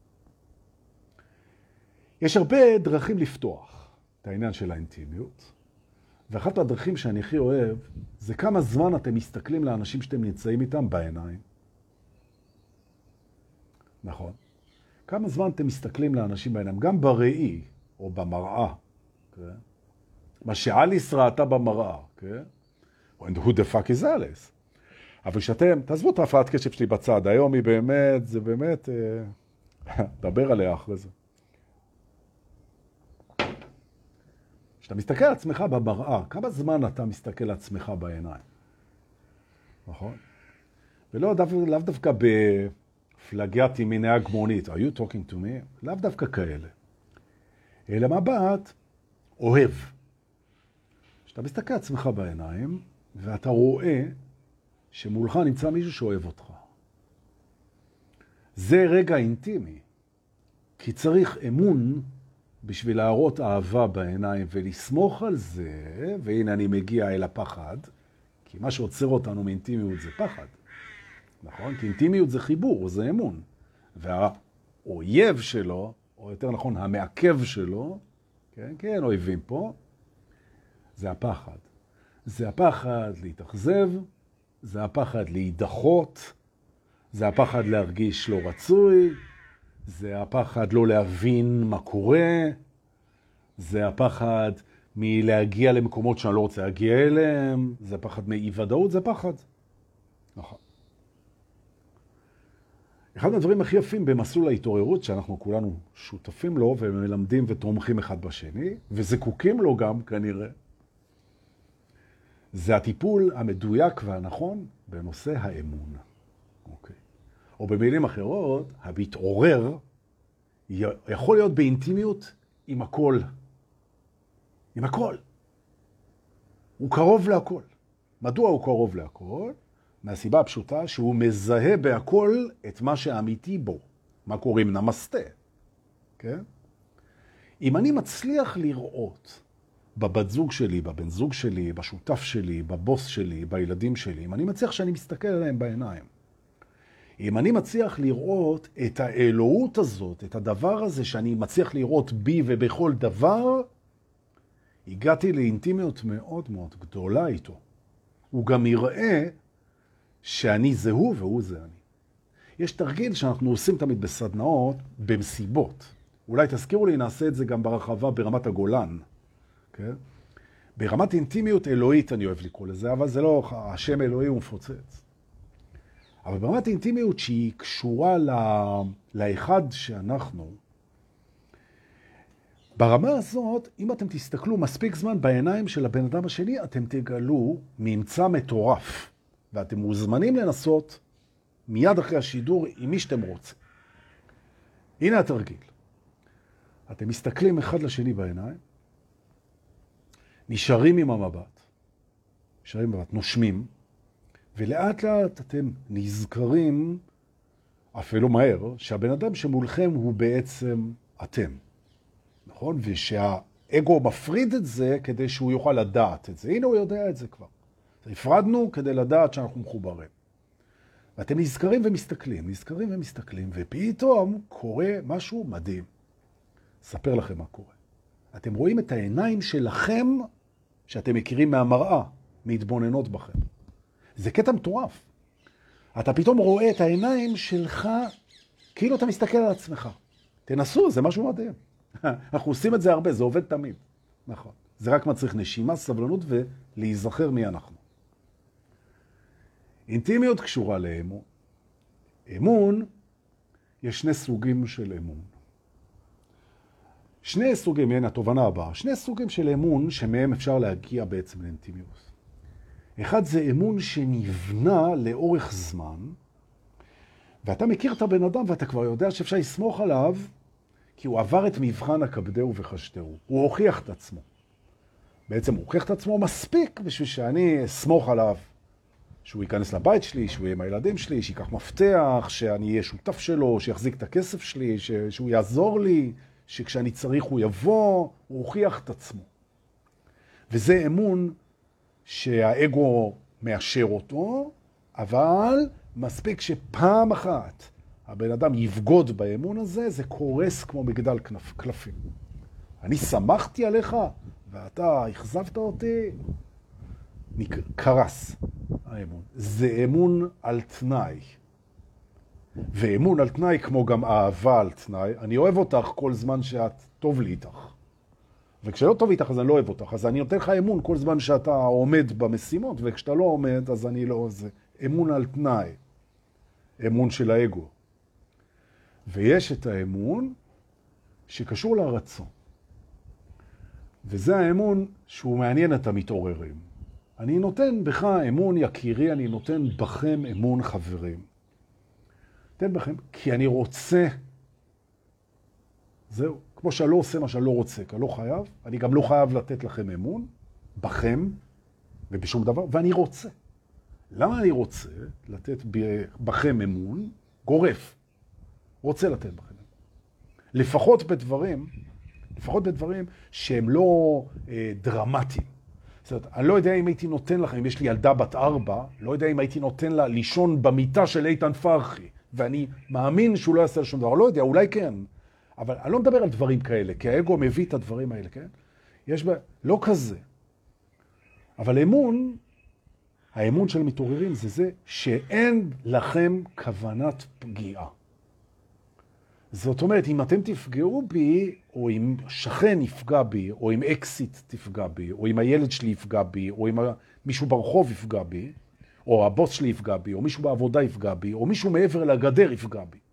יש הרבה דרכים לפתוח את העניין של האינטימיות, ואחת הדרכים שאני הכי אוהב זה כמה זמן אתם מסתכלים לאנשים שאתם נמצאים איתם בעיניים. נכון. כמה זמן אתם מסתכלים לאנשים בעיניים, גם בראי או במראה. כן? מה שאליס ראתה במראה, כן? And who the fuck is Alice? אבל כשאתם, תעזבו את ההפרעת קשב שלי בצד, היום היא באמת, זה באמת, דבר עליה אחרי זה. כשאתה מסתכל על עצמך במראה, כמה זמן אתה מסתכל על עצמך בעיניים? נכון? ולא לאו דווקא בפלגיאטים מיני הגמונית, are you talking to me? לאו דווקא כאלה. אלא מבט אוהב. כשאתה מסתכל על עצמך בעיניים, ואתה רואה שמולך נמצא מישהו שאוהב אותך. זה רגע אינטימי, כי צריך אמון בשביל להראות אהבה בעיניים ולסמוך על זה, והנה אני מגיע אל הפחד, כי מה שעוצר אותנו מאינטימיות זה פחד. נכון? כי אינטימיות זה חיבור, זה אמון. והאויב שלו או יותר נכון, המעכב שלו, כן, כן, אויבים פה, זה הפחד. זה הפחד להתאכזב, זה הפחד להידחות, זה הפחד להרגיש לא רצוי, זה הפחד לא להבין מה קורה, זה הפחד מלהגיע למקומות שאני לא רוצה להגיע אליהם, זה פחד מאי-ודאות, זה פחד. נכון. אחד מהדברים הכי יפים במסלול ההתעוררות, שאנחנו כולנו שותפים לו ומלמדים ותומכים אחד בשני, וזקוקים לו גם כנראה, זה הטיפול המדויק והנכון בנושא האמון. אוקיי. או במילים אחרות, המתעורר יכול להיות באינטימיות עם הכל. עם הכל. הוא קרוב להכל. מדוע הוא קרוב להכל? מהסיבה הפשוטה שהוא מזהה בהכל את מה שאמיתי בו. מה קוראים נמסטה. כן? אם אני מצליח לראות בבת זוג שלי, בבן זוג שלי, בשותף שלי, בבוס שלי, בילדים שלי, אם אני מצליח שאני מסתכל עליהם בעיניים, אם אני מצליח לראות את האלוהות הזאת, את הדבר הזה שאני מצליח לראות בי ובכל דבר, הגעתי לאינטימיות מאוד מאוד גדולה איתו. הוא גם יראה שאני זה הוא והוא זה אני. יש תרגיל שאנחנו עושים תמיד בסדנאות, במסיבות. אולי תזכירו לי, נעשה את זה גם ברחבה ברמת הגולן. כן? ברמת אינטימיות אלוהית אני אוהב לקרוא לזה, אבל זה לא, השם אלוהי הוא מפוצץ. אבל ברמת אינטימיות שהיא קשורה לאחד שאנחנו, ברמה הזאת, אם אתם תסתכלו מספיק זמן בעיניים של הבן אדם השני, אתם תגלו ממצא מטורף. ואתם מוזמנים לנסות מיד אחרי השידור עם מי שאתם רוצים. הנה התרגיל. אתם מסתכלים אחד לשני בעיניים, נשארים עם המבט, נושמים, ולאט לאט אתם נזכרים, אפילו מהר, שהבן אדם שמולכם הוא בעצם אתם. נכון? ושהאגו מפריד את זה כדי שהוא יוכל לדעת את זה. הנה הוא יודע את זה כבר. הפרדנו כדי לדעת שאנחנו מחוברים. ואתם נזכרים ומסתכלים, ופתאום קורה משהו מדהים. אספר לכם מה קורה. אתם רואים את העיניים שלכם, שאתם מכירים מהמראה, מתבוננות בכם. זה קטע מטורף. אתה פתאום רואה את העיניים שלך, כאילו אתה מסתכל על עצמך. תנסו, זה משהו מדהים. אנחנו עושים את זה הרבה, זה עובד תמיד. נכון. זה רק מצריך נשימה, סבלנות ולהיזכר מי אנחנו. אינטימיות קשורה לאמון. אמון, יש שני סוגים של אמון. שני סוגים, הנה התובנה הבאה, שני סוגים של אמון שמהם אפשר להגיע בעצם לאינטימיות. אחד זה אמון שנבנה לאורך זמן, ואתה מכיר את הבן אדם ואתה כבר יודע שאפשר לסמוך עליו, כי הוא עבר את מבחן הכבדהו וחשדהו. הוא הוכיח את עצמו. בעצם הוא הוכיח את עצמו מספיק בשביל שאני אסמוך עליו. שהוא ייכנס לבית שלי, שהוא יהיה עם הילדים שלי, שיקח מפתח, שאני אהיה שותף שלו, שיחזיק את הכסף שלי, שהוא יעזור לי, שכשאני צריך הוא יבוא, הוא הוכיח את עצמו. וזה אמון שהאגו מאשר אותו, אבל מספיק שפעם אחת הבן אדם יבגוד באמון הזה, זה קורס כמו מגדל קלפים. אני שמחתי עליך, ואתה הכזבת אותי, קרס האמון. זה אמון על תנאי. ואמון על תנאי כמו גם אהבה על תנאי. אני אוהב אותך כל זמן שאת טוב לי איתך. וכשלא טוב איתך אז אני לא אוהב אותך. אז אני נותן לך אמון כל זמן שאתה עומד במשימות, וכשאתה לא עומד אז אני לא... זה אמון על תנאי. אמון של האגו. ויש את האמון שקשור לרצון. וזה האמון שהוא מעניין את המתעוררים. אני נותן בך אמון יקירי, אני נותן בכם אמון חברים. נותן בכם כי אני רוצה. זהו. כמו שאני לא עושה מה שאני לא רוצה, כי אני לא חייב, אני גם לא חייב לתת לכם אמון, בכם ובשום דבר, ואני רוצה. למה אני רוצה לתת בכם אמון? גורף. רוצה לתת בכם אמון. לפחות בדברים שהם לא דרמטיים. זאת אומרת, אני לא יודע אם הייתי נותן לכם, אם יש לי ילדה בת 4, לא יודע אם הייתי נותן לה לישון במיטה של איתן פרחי, ואני מאמין שהוא לא יעשה לשום דבר, לא יודע, אולי כן. אבל אני לא מדבר על דברים כאלה, כי האגו מביא את הדברים האלה, כן? יש לא כזה. אבל אמון, האמון של מתעוררים זה שאין לכם כוונת פגיעה. זאת אומרת, אם אתם תפגעו בי, או אם שכן יפגע בי, או אם אקסיט תפגע בי, או אם הילד שלי יפגע בי, או אם מישהו ברחוב יפגע בי, או הבוס שלי יפגע בי, או מישהו בעבודה יפגע בי, או מישהו מעבר לגדר יפגע בי.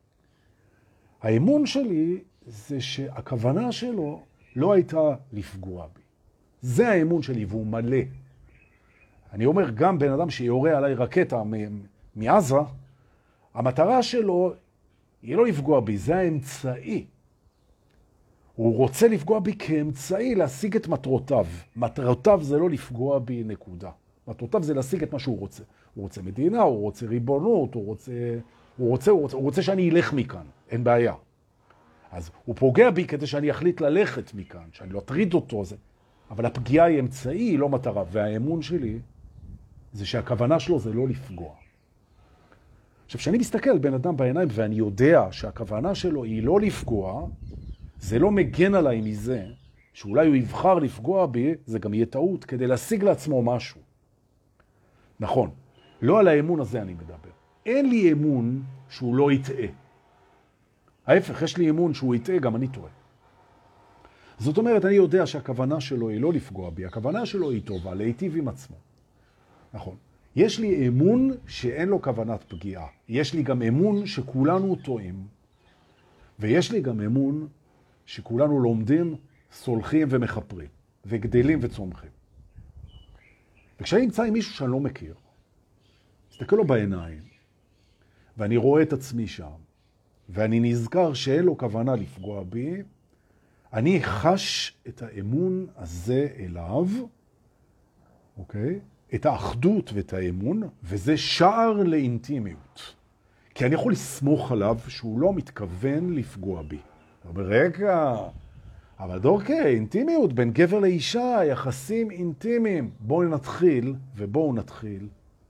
האמון שלי זה שהכוונה שלו לא הייתה לפגוע בי. זה האמון שלי, והוא מלא. אני אומר, גם בן אדם שיורה עליי רקטה מעזה, המטרה שלו היא לא לפגוע בי, זה האמצעי. הוא רוצה לפגוע בי כאמצעי להשיג את מטרותיו. מטרותיו זה לא לפגוע בי, נקודה. מטרותיו זה להשיג את מה שהוא רוצה. הוא רוצה מדינה, הוא רוצה ריבונות, הוא רוצה שאני אלך מכאן, אין בעיה. אז הוא פוגע בי כדי שאני אחליט ללכת מכאן, שאני לא אטריד אותו. אבל הפגיעה היא אמצעי, היא לא מטרה. והאמון שלי זה שהכוונה שלו זה לא לפגוע. עכשיו, כשאני מסתכל על בן אדם בעיניים ואני יודע שהכוונה שלו היא לא לפגוע, זה לא מגן עליי מזה, שאולי הוא יבחר לפגוע בי, זה גם יהיה טעות כדי להשיג לעצמו משהו. נכון, לא על האמון הזה אני מדבר. אין לי אמון שהוא לא יטעה. ההפך, יש לי אמון שהוא יטעה, גם אני טועה. זאת אומרת, אני יודע שהכוונה שלו היא לא לפגוע בי, הכוונה שלו היא טובה, להיטיב עם עצמו. נכון. יש לי אמון שאין לו כוונת פגיעה. יש לי גם אמון שכולנו טועים. ויש לי גם אמון שכולנו לומדים, סולחים ומחפרים, וגדלים וצומחים. וכשאני נמצא עם מישהו שאני לא מכיר, מסתכל לו בעיניים, ואני רואה את עצמי שם, ואני נזכר שאין לו כוונה לפגוע בי, אני חש את האמון הזה אליו, אוקיי? את האחדות ואת האמון, וזה שער לאינטימיות. כי אני יכול לסמוך עליו שהוא לא מתכוון לפגוע בי. ברגע, אבל דורקי, אינטימיות בין גבר לאישה, יחסים אינטימיים. בואו נתחיל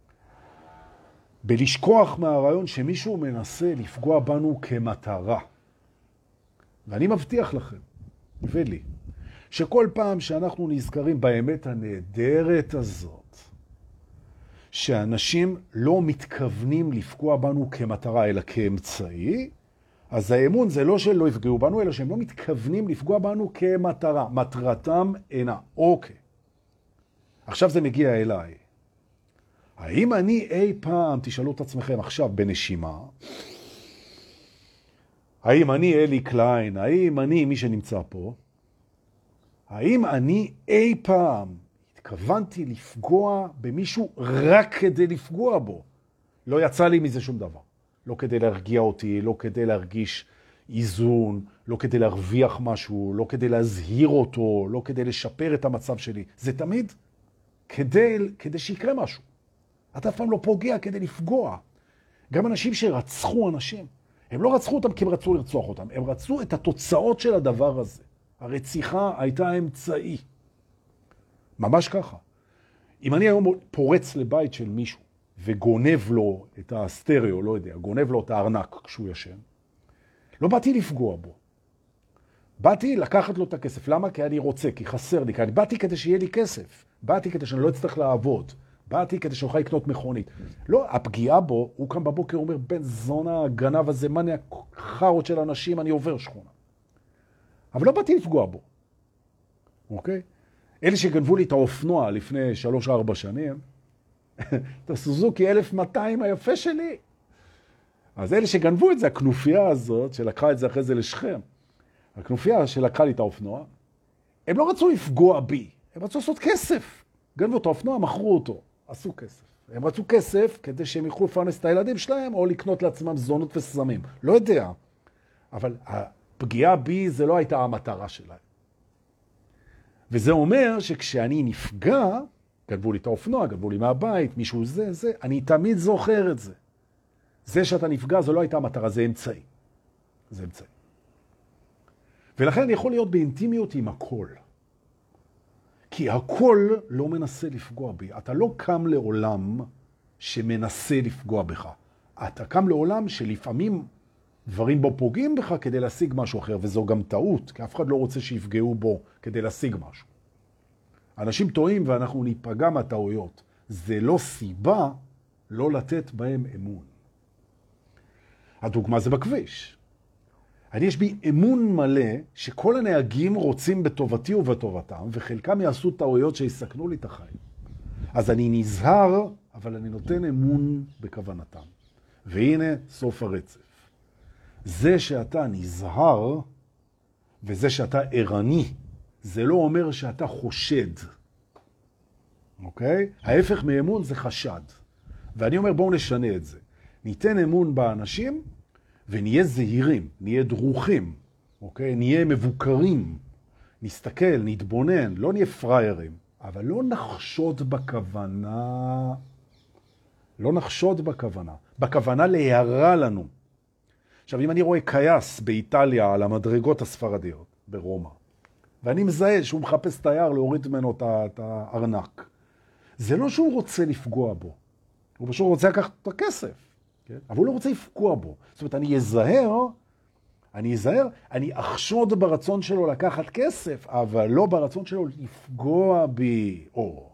בלשכוח מהרעיון שמישהו מנסה לפגוע בנו כמטרה. ואני מבטיח לכם, ולי, שכל פעם שאנחנו נזכרים באמת הנהדרת הזאת, שאנשים לא מתכוונים לפגוע בנו כמטרה, אלא כאמצעי, אז האמון זה לא שלא יפגעו בנו, אלא שהם לא מתכוונים לפגוע בנו כמטרה. מטרתם אינה. אוקיי. עכשיו זה מגיע אליי. האם אני אי פעם, תשאלו את עצמכם עכשיו בנשימה, האם אני אלי קליין, האם אני מי שנמצא פה, האם אני אי פעם התכוונתי לפגוע במישהו רק כדי לפגוע בו? לא יצא לי מזה שום דבר. לא כדי להרגיע אותי, לא כדי להרגיש איזון, לא כדי להרוויח משהו, לא כדי להזהיר אותו, לא כדי לשפר את המצב שלי. זה תמיד כדי שיקרה משהו. אתה אף פעם לא פוגע כדי לפגוע. גם אנשים שרצחו אנשים, הם לא רצחו אותם כי הם רצו לרצוח אותם, הם רצו את התוצאות של הדבר הזה. הרציחה הייתה אמצעי. ממש ככה. אם אני היום פורץ לבית של מישהו, וגונב לו את הסטריאו, לא יודע, גונב לו את הארנק כשהוא ישן, לא באתי לפגוע בו. באתי לקחת לו את הכסף. למה? כי אני רוצה, כי חסר לי, כי אני באתי כדי שיהיה לי כסף. באתי כדי שאני לא אצטרך לעבוד. באתי כדי שאוכל לקנות מכונית. לא, הפגיעה בו, הוא קם בבוקר, אומר, בן זונה, הגנב הזה, מה חרות של אנשים, אני עובר שכונה. אבל לא באתי לפגוע בו. אוקיי? אלה שגנבו לי את האופנוע לפני 3-4 שנים, את הסוזוקי 1200 היפה שלי. אז אלה שגנבו את זה, הכנופיה הזאת, שלקחה את זה אחרי זה לשכם, הכנופיה שלקחה לי את האופנוע, הם לא רצו לפגוע בי, הם רצו לעשות כסף. גנבו את האופנוע, מכרו אותו, עשו כסף. הם רצו כסף כדי שהם יוכלו לפרנס את הילדים שלהם, או לקנות לעצמם זונות וסמים. לא יודע. אבל הפגיעה בי זה לא הייתה המטרה שלהם. וזה אומר שכשאני נפגע, גנבו לי את האופנוע, גנבו לי מהבית, מישהו זה, אני תמיד זוכר את זה. זה שאתה נפגע, זו לא הייתה המטרה, זה אמצעי. זה אמצעי. ולכן אני יכול להיות באינטימיות עם הכל. כי הכל לא מנסה לפגוע בי. אתה לא קם לעולם שמנסה לפגוע בך. אתה קם לעולם שלפעמים דברים בו פוגעים בך כדי להשיג משהו אחר, וזו גם טעות, כי אף אחד לא רוצה שיפגעו בו כדי להשיג משהו. אנשים טועים ואנחנו ניפגע מהטעויות. זה לא סיבה לא לתת בהם אמון. הדוגמה זה בכביש. יש בי אמון מלא שכל הנהגים רוצים בטובתי ובטובתם, וחלקם יעשו טעויות שיסכנו לי את החיים. אז אני נזהר, אבל אני נותן אמון בכוונתם. והנה סוף הרצף. זה שאתה נזהר, וזה שאתה ערני, זה לא אומר שאתה חושד. אוקיי? ההפך מאמון זה חשד. ואני אומר בואו נשנה את זה. ניתן אמון באנשים, ונהיה זהירים, נהיה דרוכים, אוקיי? נהיה מבוקרים, נסתכל, נתבונן, לא נהיה פריירים, אבל לא נחשוד בכוונה, לא נחשוד בכוונה, בכוונה להירע לנו. עכשיו, אם אני רואה קייס באיטליה על המדרגות הספרדיות, ברומא, ואני מזהה שהוא מחפש תייר להוריד ממנו את הארנק, זה לא שהוא רוצה לפגוע בו, הוא פשוט רוצה לקחת את הכסף. כן? אבל הוא לא רוצה לפגוע בו. זאת אומרת, אני אזהר, אני אחשוד ברצון שלו לקחת כסף, אבל לא ברצון שלו לפגוע בי.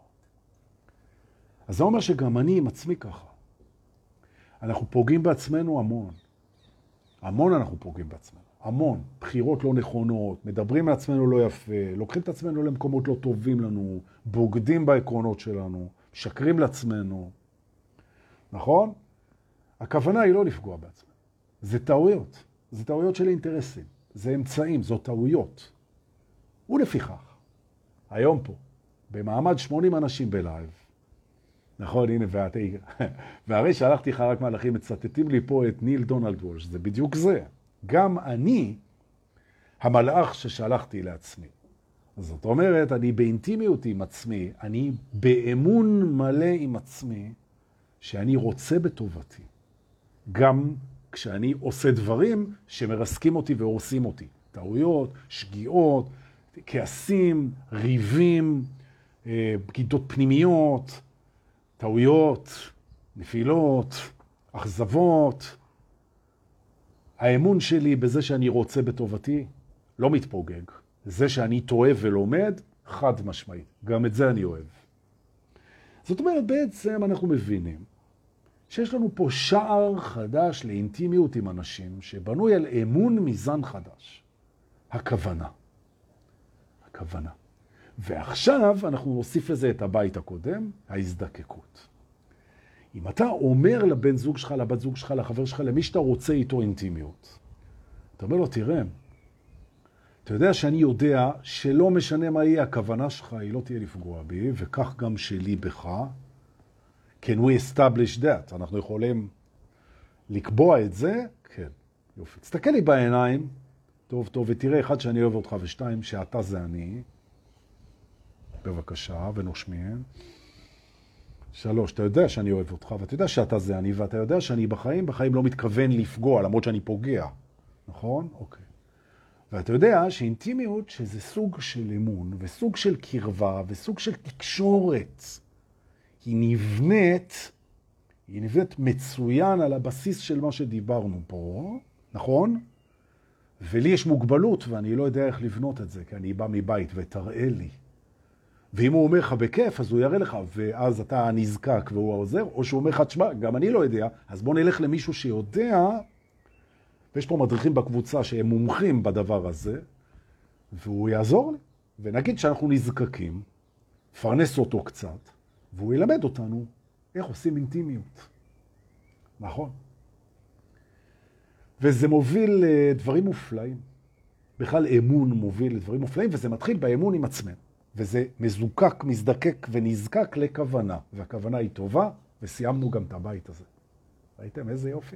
אז זה אומר שגם אני עם עצמי ככה. אנחנו פוגעים בעצמנו המון. המון אנחנו פוגעים בעצמנו. המון. בחירות לא נכונות, מדברים על עצמנו לא יפה, לוקחים את עצמנו למקומות לא טובים לנו, בוגדים בעקרונות שלנו, שקרים לעצמנו. נכון? הכוונה היא לא לפגוע בעצמנו. זה טעויות. זה טעויות של אינטרסים. זה אמצעים, זו טעויות. ולפיכך, היום פה, במעמד 80 אנשים בלייב, נכון, הנה, והרי שהלכתי לך רק מהלכים, מצטטים לי פה את ניל דונלד וולש, זה בדיוק זה. גם אני, המלאך ששלחתי לעצמי. זאת אומרת, אני באינטימיות עם עצמי, אני באמון מלא עם עצמי, שאני רוצה בטובתי. גם כשאני עושה דברים שמרסקים אותי והורסים אותי. טעויות, שגיאות, כעסים, ריבים, בגידות פנימיות, טעויות, נפילות, אכזבות. האמון שלי בזה שאני רוצה בטובתי לא מתפוגג. זה שאני טועה ולומד, חד משמעית. גם את זה אני אוהב. זאת אומרת, בעצם אנחנו מבינים שיש לנו פה שער חדש לאינטימיות עם אנשים שבנוי על אמון מזן חדש. הכוונה. הכוונה. ועכשיו אנחנו נוסיף לזה את הבית הקודם, ההזדקקות. אם אתה אומר לבן זוג שלך, לבת זוג שלך, לחבר שלך, למי שאתה רוצה איתו אינטימיות, אתה אומר לו, תראה, אתה יודע שאני יודע שלא משנה מה יהיה הכוונה שלך, היא לא תהיה לפגוע בי, וכך גם שלי בך. Can we establish that? אנחנו יכולים לקבוע את זה? כן. יופי. תסתכל לי בעיניים, טוב, טוב, ותראה, אחד, שאני אוהב אותך, ושתיים, שאתה זה אני. בבקשה, ונושמים. 3, אתה יודע שאני אוהב אותך, ואתה יודע שאתה זה אני, ואתה יודע שאני בחיים לא מתכוון לפגוע, למרות שאני פוגע. נכון? אוקיי. ואתה יודע שאינטימיות שזה סוג של אמון, וסוג של קרבה, וסוג של תקשורת. היא נבנית מצוין על הבסיס של מה שדיברנו פה, נכון? ולי יש מוגבלות, ואני לא יודע איך לבנות את זה, כי אני בא מבית, ותראה לי. ואם הוא אומר לך בכיף, אז הוא יראה לך, ואז אתה נזקק והוא העוזר, או שהוא אומר לך, תשמע, גם אני לא יודע, אז בוא נלך למישהו שיודע, ויש פה מדריכים בקבוצה שהם מומחים בדבר הזה, והוא יעזור לי. ונגיד שאנחנו נזקקים, פרנס אותו קצת, והוא ילמד אותנו איך עושים אינטימיות. נכון? וזה מוביל לדברים מופלאים. בכלל אמון מוביל לדברים מופלאים, וזה מתחיל באמון עם עצמנו. וזה מזוקק, מזדקק ונזקק לכוונה. והכוונה היא טובה, וסיימנו גם את הבית הזה. ראיתם איזה יופי?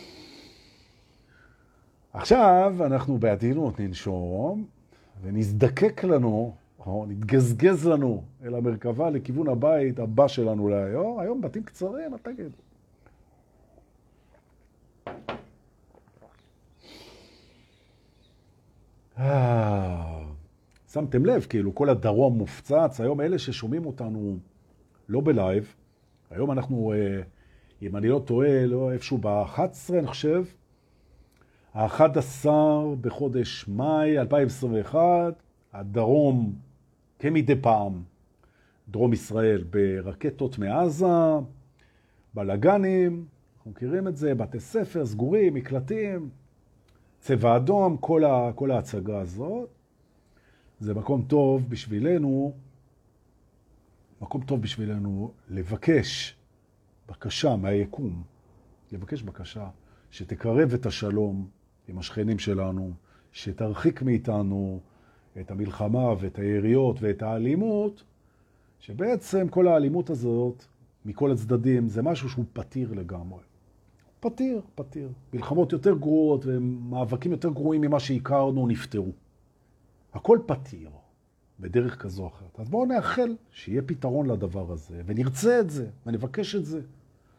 עכשיו אנחנו בעדינות ננשום, ונזדקק לנו, או נתגזגז לנו אל המרכבה לכיוון הבית הבא שלנו להיום. היום בתים קצרים, מה תגידו? שמתם לב, כאילו כל הדרום מופצץ. היום אלה ששומעים אותנו לא בלייב, היום אנחנו, אם אני לא טועה, לא איפשהו ב-11 אני חושב, ה-11 בחודש מאי 2021, הדרום, כמדי פעם, דרום ישראל ברקטות מעזה, בלגנים, אנחנו מכירים את זה, בתי ספר, סגורים, מקלטים, צבע אדום, כל ההצגה הזאת. זה מקום טוב בשבילנו לבקש בקשה מהיקום, לבקש בקשה שתקרב את השלום עם השכנים שלנו, שתרחיק מאיתנו את המלחמה ואת היריות ואת האלימות, שבעצם כל האלימות הזאת מכל הצדדים זה משהו שהוא פתיר לגמרי. פתיר. מלחמות יותר גרועות ומאבקים יותר גרועים ממה שהכרנו נפטרו. הכל פתיר, בדרך כזו או אחרת. אז בואו נאחל שיהיה פתרון לדבר הזה, ונרצה את זה, ונבקש את זה.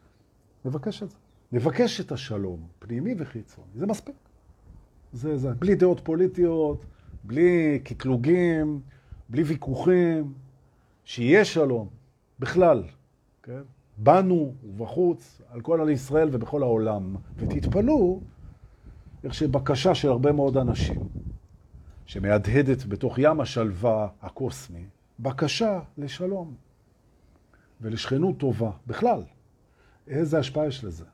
נבקש את השלום, פנימי וחיצוני. זה מספיק. זה. בלי דעות פוליטיות, בלי קטלוגים, בלי ויכוחים, שיהיה שלום, בכלל, כן? בנו ובחוץ, על כל ישראל ובכל העולם. ותתפלו, איך שבקשה של הרבה מאוד אנשים, שמהדהדת בתוך ים השלווה הקוסמי, בקשה לשלום ולשכנות טובה, בכלל. איזה השפעה יש לזה?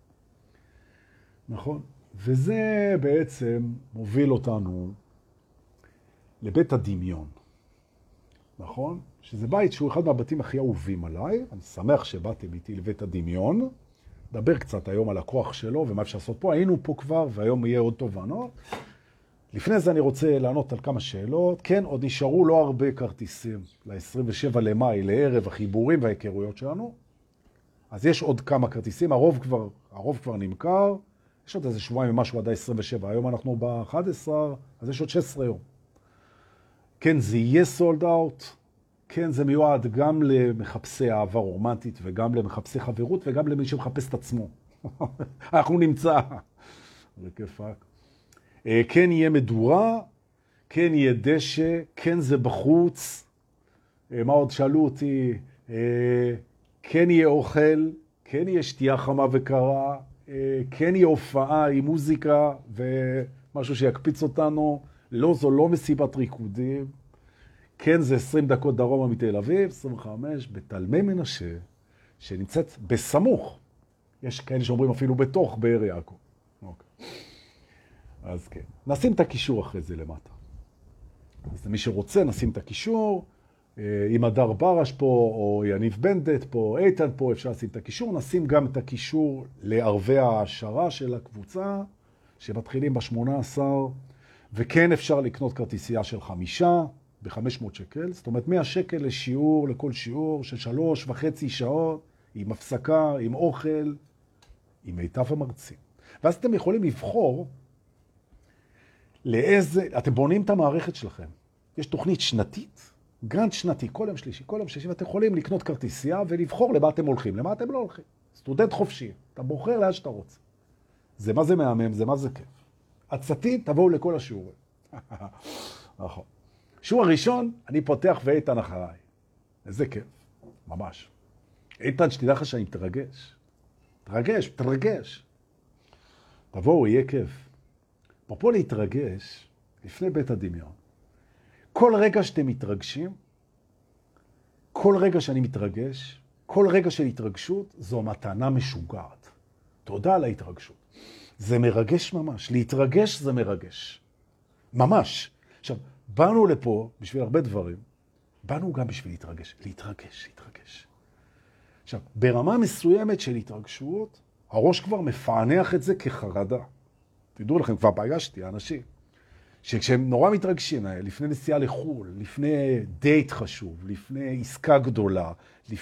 נכון? וזה בעצם מוביל אותנו לבית הדמיון. נכון? שזה בית שהוא אחד מהבתים הכי אהובים עליי. אני שמח שבאתם איתי לבית הדמיון. נדבר קצת היום על הכוח שלו ומה אפשר לעשות פה. היינו פה כבר והיום יהיה עוד תובנות. לפני זה אני רוצה לענות על כמה שאלות. כן, עוד נשארו לא הרבה כרטיסים ל-27 למאי, לערב החיבורים וההיכרויות שלנו. אז יש עוד כמה כרטיסים, הרוב כבר נמכר. יש עוד איזה שבועיים ומשהו עד ה-27. היום אנחנו ב-11, אז יש עוד 16 יום. כן, זה יהיה סולד אאוט. כן, זה מיועד גם למחפשי אהבה רומנטית וגם למחפשי חברות וגם למי שמחפש את עצמו. אנחנו נמצא. זה כיפק. כן יהיה מדורה, כן יהיה דשא, כן זה בחוץ. מה עוד שאלו אותי? כן יהיה אוכל, כן יהיה שתייה חמה וקרה, כן יהיה הופעה עם מוזיקה ומשהו שיקפיץ אותנו. לא, זו לא מסיבת ריקודים. כן, זה 20 דקות דרומה מתל אביב, 25 בתלמי מנשה, שנמצאת בסמוך. יש כאלה שאומרים אפילו בתוך באר יעקב. אוקיי. אז כן. נשים את הקישור אחרי זה למטה. אז למי שרוצה, נשים את הקישור. עם הדר ברש פה, או יניב בנדט פה, איתן פה, אפשר לשים את הקישור. נשים גם את הקישור לערבי ההשערה של הקבוצה, שמתחילים ב-18, וכן אפשר לקנות כרטיסייה של 5 ב-500 שקל. זאת אומרת, 100 שקל לשיעור, לכל שיעור, של 3.5 שעות, עם הפסקה, עם אוכל, עם מיטב המרצים. ואז אתם יכולים לבחור לאיזה, אתם בונים את המערכת שלכם. יש תוכנית שנתית, גרנד שנתי, כל יום שלישי, ואתם יכולים לקנות כרטיסייה ולבחור למה אתם הולכים, למה אתם לא הולכים. סטודנט חופשי, אתה בוחר לאן שאתה רוצה. זה מה זה מהמם, זה מה זה כיף. עצתי, תבואו לכל השיעורים. נכון. שיעור הראשון, אני פותח ואיתן אחריי. איזה כיף, ממש. איתן, שתדע לך שאני מתרגש. תרגש. תבואו, יהיה כיף. פה להתרגש, לפני בית הדמיון. כל רגע שאתם מתרגשים, כל רגע שאני מתרגש, כל רגע של התרגשות, זו מתנה משוגעת. תודה על ההתרגשות. זה מרגש ממש. להתרגש זה מרגש. ממש. עכשיו, באנו לפה בשביל הרבה דברים, באנו גם בשביל להתרגש. עכשיו, ברמה מסוימת של התרגשות, הראש כבר מפענח את זה כחרדה. תדעו לכם, כבר פגשתי אנשים, שכשהם נורא מתרגשים, לפני נסיעה לחול, לפני דייט חשוב, לפני עסקה גדולה,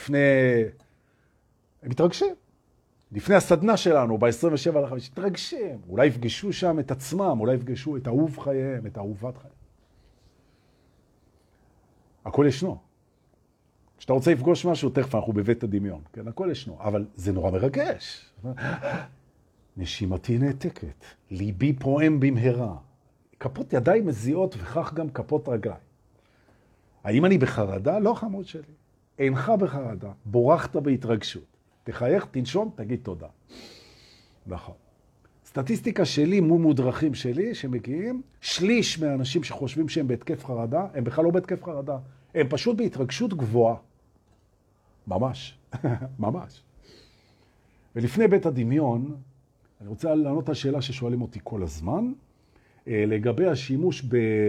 הם מתרגשים. לפני הסדנה שלנו, ב-27 לחמישי, מתרגשים. אולי יפגשו שם את עצמם, אולי יפגשו את אהוב חייהם, את אהובת חייהם. הכל ישנו. כשאתה רוצה לפגוש משהו, תכף אנחנו בבית הדמיון. כן, הכל ישנו. אבל זה נורא מרגש. נשימתי נעתקת, ליבי פועם במהרה. כפות ידיים מזיעות וכך גם כפות רגליים. האם אני בחרדה? לא, חמוד שלי. אינך בחרדה, בורחת בהתרגשות. תחייך, תנשום, תגיד תודה. נכון. סטטיסטיקה שלי מול מודרכים שלי שמגיעים, שליש מהאנשים שחושבים שהם בהתקף חרדה, הם בכלל לא בהתקף חרדה, הם פשוט בהתרגשות גבוהה. ממש, ממש. ולפני בית הדמיון, אני רוצה לענות על שאלה ששואלים אותי כל הזמן, לגבי השימוש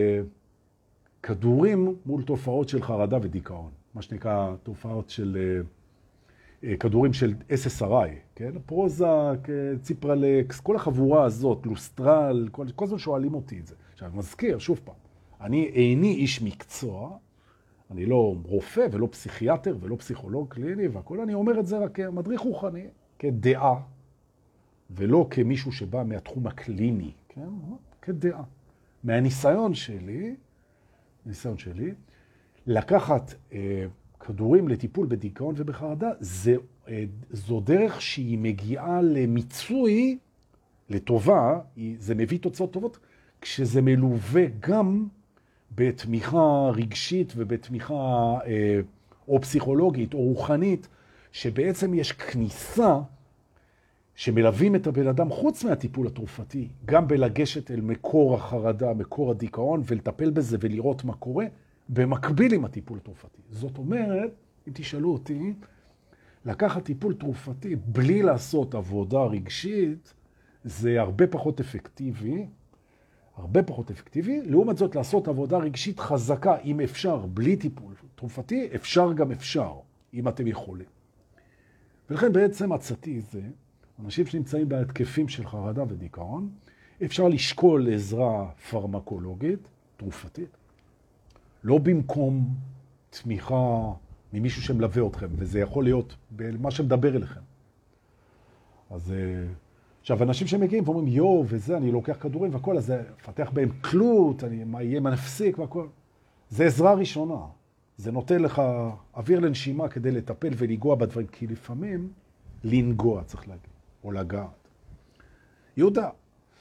בכדורים מול תופעות של חרדה ודיכאון. מה שנקרא תופעות של כדורים של SSRI, כן? פרוזק, ציפרלקס, כל החבורה הזאת, לוסטרל, כל הזמן שואלים אותי את זה. עכשיו, מזכיר, שוב פעם, אני איני איש מקצוע, אני לא רופא ולא פסיכיאטר ולא פסיכולוג קליני והכל, אני אומר את זה רק כמדריך רוחני, כדעה, ולא כמישהו שבא מהתחום הקליני, כן? כדעה. מהניסיון שלי, לקחת כדורים לטיפול בדיכאון ובחרדה, זו דרך שהיא מגיעה למיצוי, לטובה, זה מביא תוצאות טובות, כשזה מלווה גם בתמיכה רגשית ובתמיכה או פסיכולוגית או רוחנית, שבעצם יש כניסה שמלווים את הבן אדם חוץ מהטיפול התרופתי, גם בלגשת אל מקור החרדה, מקור הדיכאון, ולטפל בזה ולראות מה קורה, במקביל עם הטיפול התרופתי. זאת אומרת, אם תשאלו אותי, לקחת טיפול תרופתי בלי לעשות עבודה רגשית, זה הרבה פחות אפקטיבי, לעומת זאת לעשות עבודה רגשית חזקה, אם אפשר, בלי טיפול תרופתי, אפשר גם אפשר, אם אתם יכולים. ולכן בעצם עצתי זה, אנשים שנמצאים בהתקפים של חרדה ודיכאון, אפשר לשקול עזרה פרמקולוגית, תרופתית, לא במקום תמיכה ממישהו שמלווה אתכם, וזה יכול להיות במה שמדבר אליכם. אז עכשיו, אנשים שמגיעים ואומרים, יו, וזה, אני לוקח כדורים והכל, אז זה פתח בהם תלות, אני אהיה מנפסיק והכל. זה עזרה ראשונה. זה נותן לך אוויר לנשימה כדי לטפל ולגוע בדברים, כי לפעמים לנגוע, צריך להגיד, או לגעת. יהודה,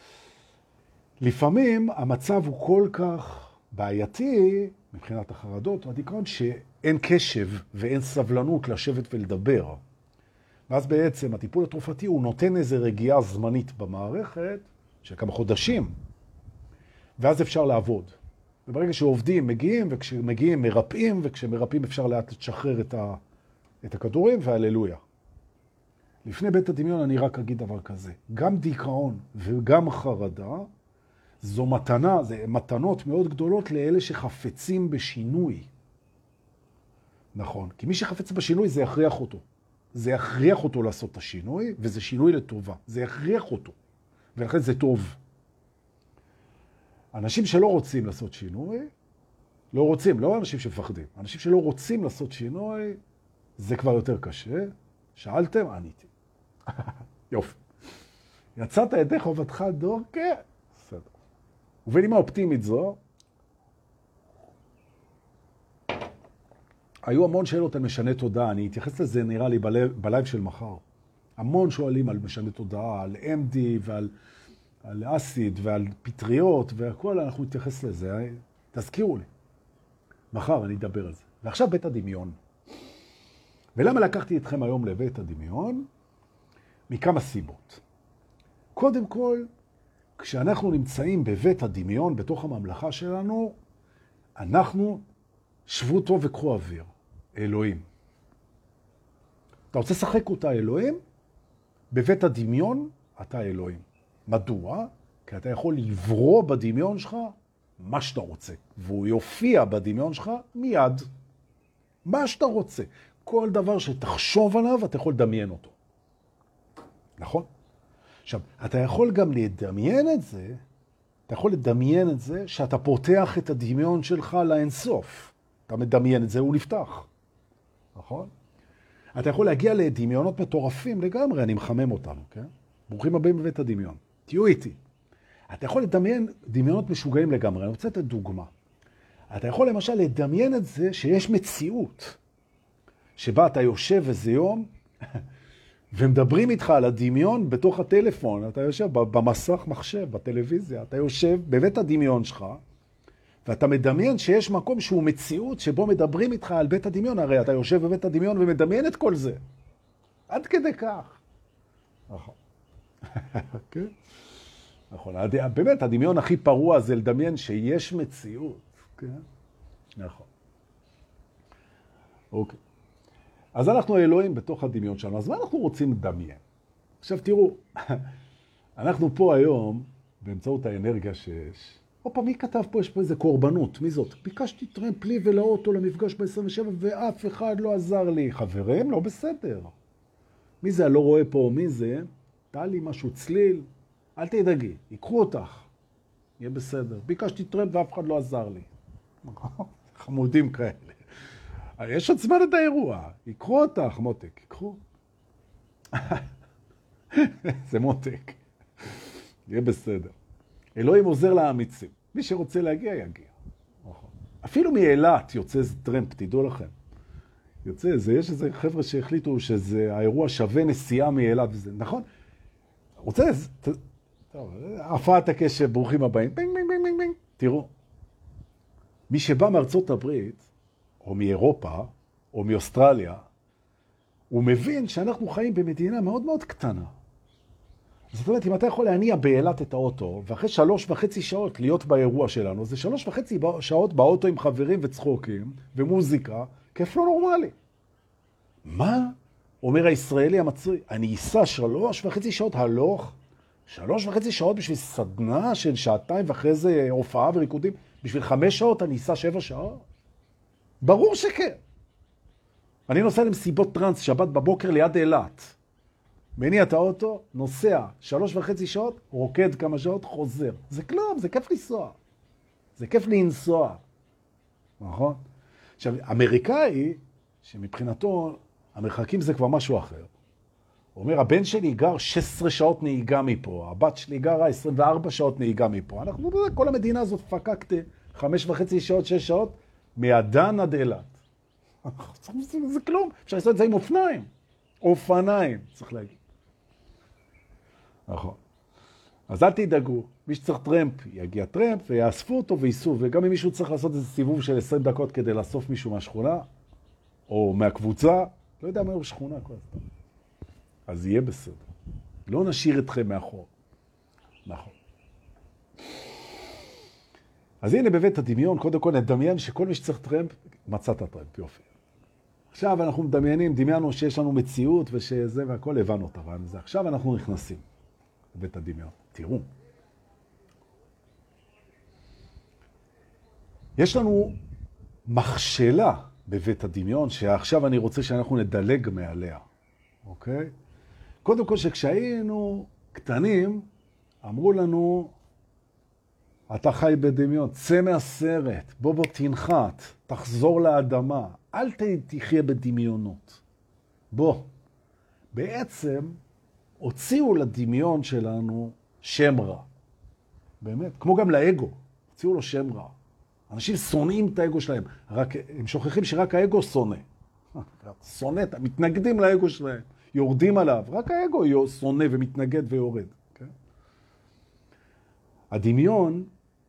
לפעמים המצב הוא כל כך בעייתי, מבחינת החרדות או הדיכאון, שאין קשב ואין סבלנות לשבת ולדבר. ואז בעצם הטיפול התרופתי הוא נותן איזו רגיעה זמנית במערכת של כמה חודשים, ואז אפשר לעבוד. וברגע שעובדים מגיעים, וכשמגיעים מרפאים, וכשמרפאים אפשר לאט לשחרר את הכדורים, והללויה. לפני בית הדמיון אני רק אגיד דבר כזה, גם דיכאון וגם חרדה, זו מתנה, זה מתנות מאוד גדולות לאלה שחפצים בשינוי. נכון, כי מי שחפץ בשינוי זה יכריח אותו. זה יכריח אותו לעשות את השינוי, וזה שינוי לטובה. זה יכריח אותו, ולכן זה טוב. אנשים שלא רוצים לעשות שינוי, לא רוצים, לא אנשים שמפחדים. אנשים שלא רוצים לעשות שינוי, זה כבר יותר קשה. שאלתם, עניתי. יופי. יצאת ידי חובתך דור? כן. בסדר. ובנימה אופטימית זו, היו המון שאלות על משנה תודעה, אני אתייחס לזה נראה לי בלייב של מחר. המון שואלים על משנה תודעה, על MD ועל אסיד ועל פטריות והכל, אנחנו נתייחס לזה. תזכירו לי. מחר אני אדבר על זה. ועכשיו בית הדמיון. ולמה לקחתי אתכם היום לבית הדמיון? מכמה סיבות. קודם כל, כשאנחנו נמצאים בבית הדמיון, בתוך הממלכה שלנו, אנחנו שבו טוב וקחו אוויר. אלוהים. אתה רוצה לשחק אותה אלוהים? בבית הדמיון אתה אלוהים. מדוע? כי אתה יכול לברוא בדמיון שלך מה שאתה רוצה. והוא יופיע בדמיון שלך מיד. מה שאתה רוצה. כל דבר שתחשוב עליו, אתה יכול לדמיין אותו. נכון? עכשיו, אתה יכול גם לדמיין את זה, שאתה פותח את הדמיון שלך לאינסוף. אתה מדמיין את זה, הוא נפתח. נכון? אתה יכול להגיע לדמיונות מטורפים לגמרי, אני מחמם אותנו, כן? ברוכים הבאים בבית הדמיון. תהיו איתי. אתה יכול לדמיין דמיונות משוגעים לגמרי. אני רוצה לתת דוגמה. אתה יכול למשל לדמיין את זה שיש מציאות, שבה אתה יושב איזה יום, ומדברים איתך על הדמיון בתוך הטלפון. אתה יושב במסך מחשב, בטלוויזיה. אתה יושב בבית הדמיון שלך, ואתה מדמיין שיש מקום שהוא מציאות שבו מדברים איתך על בית הדמיון. הרי אתה יושב בבית הדמיון ומדמיין את כל זה. עד כדי כך. נכון. כן? נכון. באמת, הדמיון הכי פרוע זה לדמיין שיש מציאות. כן? נכון. אוקיי. אז אנחנו האלוהים בתוך הדמיון שלנו. אז מה אנחנו רוצים לדמיין? עכשיו תראו, אנחנו פה היום, באמצעות האנרגיה שיש, אופה, מי כתב פה? יש פה איזה קורבנות. מי זאת? ביקשתי טרמפ לי ולאוטו למפגש ב-27 ואף אחד לא עזר לי. חברים, לא בסדר. מי זה? אני לא רואה פה מי זה. תהיה לי משהו צליל. אל תדאגי, ייקחו אותך. יהיה בסדר. ביקשתי טרמפ ואף אחד לא עזר לי. חמודים כאלה. יש עוד זמן את האירוע. ייקחו אותך, מותק. ייקחו. זה מותק. יהיה בסדר. אלוהים עוזר לאמיצים. מי שרוצה להגיע, יגיע. אפילו מאילת יוצא טרמפ, תדעו לכם. יוצא, יש איזה חבר'ה שהחליטו שזה האירוע שווה נסיעה מאילת וזה, נכון? רוצה, טוב, הפרעת הקשב, ברוכים הבאים, בינג, בינג, בינג, בינג. תראו, מי שבא מארצות הברית, או מאירופה, או מאוסטרליה, הוא מבין שאנחנו חיים במדינה מאוד מאוד קטנה. זאת אומרת, אם אתה יכול להניע באילת את האוטו, ואחרי 3.5 שעות להיות באירוע שלנו, זה 3.5 שעות באוטו עם חברים וצחוקים, ומוזיקה, כיף לא נורמלי. מה? אומר הישראלי המצוי, אני אסע 3.5 שעות הלוך, 3.5 שעות בשביל סדנה של 2 ואחרי זה הופעה וריקודים, בשביל 5 שעות אני אסע 7 שעות? ברור שכן. אני נוסע למסיבות טרנס שבת בבוקר ליד אילת. מניע את האוטו, נוסע 3.5 שעות, רוקד כמה שעות, חוזר. זה כלום, זה כיף לנסוע. זה כיף לנסוע. נכון? עכשיו, אמריקאי, שמבחינתו, המרחקים זה כבר משהו אחר. הוא אומר, הבן שלי גר 16 שעות נהיגה מפה, הבת שלי גרה 24 שעות נהיגה מפה. אנחנו, כל המדינה הזאת פקקתי 5.5 שעות, 6 שעות, מאדן עד אילת. זה כלום. אפשר לעשות את זה עם אופניים. אופניים, צריך להגיד. נכון. אז אל תדאגו, מי שצריך טרמפ, יגיע טרמפ ויאספו אותו וייסעו, וגם אם מישהו צריך לעשות איזה סיבוב של 20 דקות כדי לאסוף מישהו מהשכונה, או מהקבוצה, לא יודע מה הוא שכונה כל הזמן. אז יהיה בסדר. לא נשאיר אתכם מאחור. נכון. אז הנה בבית הדמיון, קודם כל נדמיין שכל מי שצריך טרמפ, מצא את הטרמפ, יופי. עכשיו אנחנו מדמיינים, דמיינו שיש לנו מציאות ושזה והכל הבנו אותה. עכשיו אנחנו נכנסים לבית הדמיון. תראו. יש לנו מכשלה בבית הדמיון, שעכשיו אני רוצה שאנחנו נדלג מעליה. אוקיי? קודם כל שכשהיינו קטנים, אמרו לנו, אתה חי בדמיון, צא מהסרט, בוא תנחת, תחזור לאדמה, אל תחיה בדמיונות. בוא. בעצם הוציאו לדמיון שלנו שם רע. באמת, כמו גם לאגו, הוציאו לו שם רע. אנשים שונאים את האגו שלהם, הם שוכחים שרק האגו שונא. שונא, מתנגדים לאגו שלהם, יורדים עליו, רק האגו שונא ומתנגד ויורד. Okay? הדמיון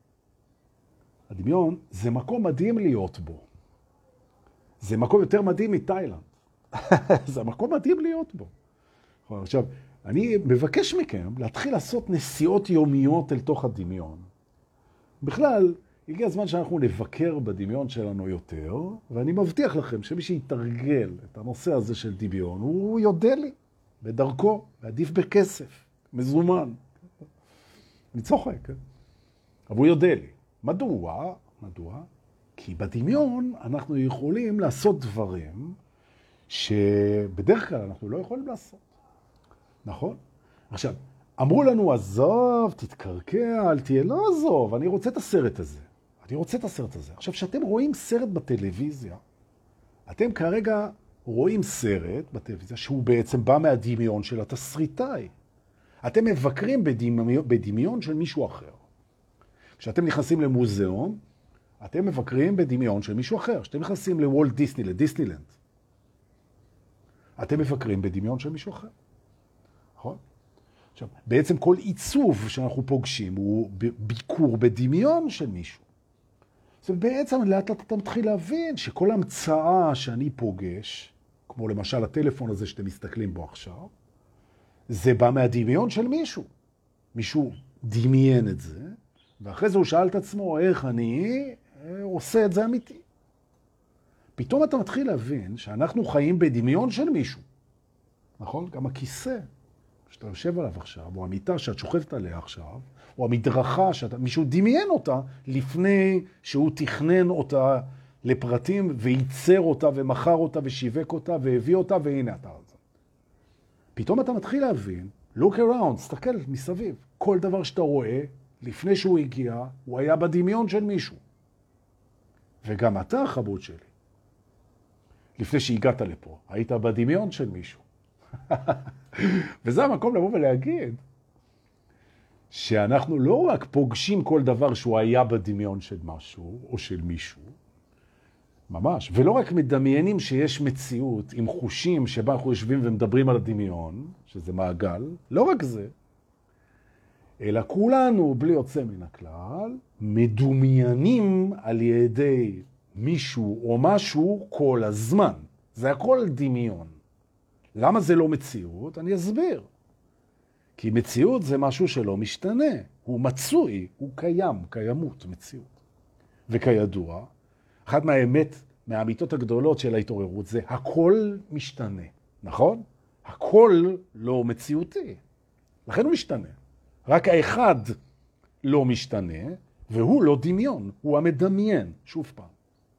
זה מקום מדהים להיות בו. זה מקום יותר מדהים מתאילנד. זה מקום מדהים להיות בו. עכשיו, אני מבקש מכם להתחיל לעשות נסיעות יומיות אל תוך הדמיון. בכלל, הגיע הזמן שאנחנו נבקר בדמיון שלנו יותר, ואני מבטיח לכם שמי שיתרגל את הנושא הזה של דמיון, הוא יודע לי, בדרכו, ועדיף בכסף, מזומן. אני צוחק, כן? אבל הוא יודע לי. מדוע? כי בדמיון אנחנו יכולים לעשות דברים שבדרך כלל אנחנו לא יכולים לעשות. נכון? עכשיו, אמרו לנו, עזוב, תתקרקע, אל תהיה, לא עזוב, אני רוצה את הסרט הזה. עכשיו, שאתם רואים סרט בטלוויזיה, אתם כרגע רואים סרט בטלוויזיה שהוא בעצם בא מהדמיון של התסריטאי. אתם מבקרים בדמיון של מישהו אחר. כשאתם נכנסים למוזיאון, אתם מבקרים בדמיון של מישהו אחר. כשאתם נכנסים לוולט דיסני, לדיסנילנד, אתם מבקרים בדמיון של מישהו אחר. נכון? עכשיו, בעצם כל עיצוב שאנחנו פוגשים הוא ביקור בדמיון של מישהו. אז בעצם לאט לאט אתה מתחיל להבין שכל המצאה שאני פוגש, כמו למשל הטלפון הזה שאתם מסתכלים בו עכשיו, זה בא מהדמיון של מישהו. מישהו דמיין את זה, ואחרי זה הוא שאל את עצמו איך אני עושה את זה אמיתי. פתאום אתה מתחיל להבין שאנחנו חיים בדמיון של מישהו. נכון? גם הכיסא שאתה יושב עליו עכשיו, או המיטה שאת שוכבת עליה עכשיו, או המדרכה מישהו דמיין אותה לפני שהוא תכנן אותה לפרטים וייצר אותה ומכר אותה ושיווק אותה והביא אותה והנה אתה על זה. פתאום אתה מתחיל להבין, look around, תסתכל מסביב. כל דבר שאתה רואה, לפני שהוא הגיע, הוא היה בדמיון של מישהו. וגם אתה, חבוד שלי, לפני שהגעת לפה, היית בדמיון של מישהו. וזה המקום לבוא ולהגיד שאנחנו לא רק פוגשים כל דבר שהוא היה בדמיון של משהו או של מישהו, ממש, ולא רק מדמיינים שיש מציאות עם חושים שבה אנחנו יושבים ומדברים על הדמיון, שזה מעגל, לא רק זה, אלא כולנו, בלי יוצא מן הכלל, מדומיינים על ידי מישהו או משהו כל הזמן. זה הכל דמיון. למה זה לא מציאות? אני אסביר. כי מציאות זה משהו שלא משתנה. הוא מצוי, הוא קיים, קיימות, מציאות. וכידוע, אחת מהאמיתות הגדולות של ההתעוררות זה הכל משתנה, נכון? הכל לא מציאותי. לכן הוא משתנה. רק האחד לא משתנה, והוא לא דמיון, הוא המדמיין, שוב פעם.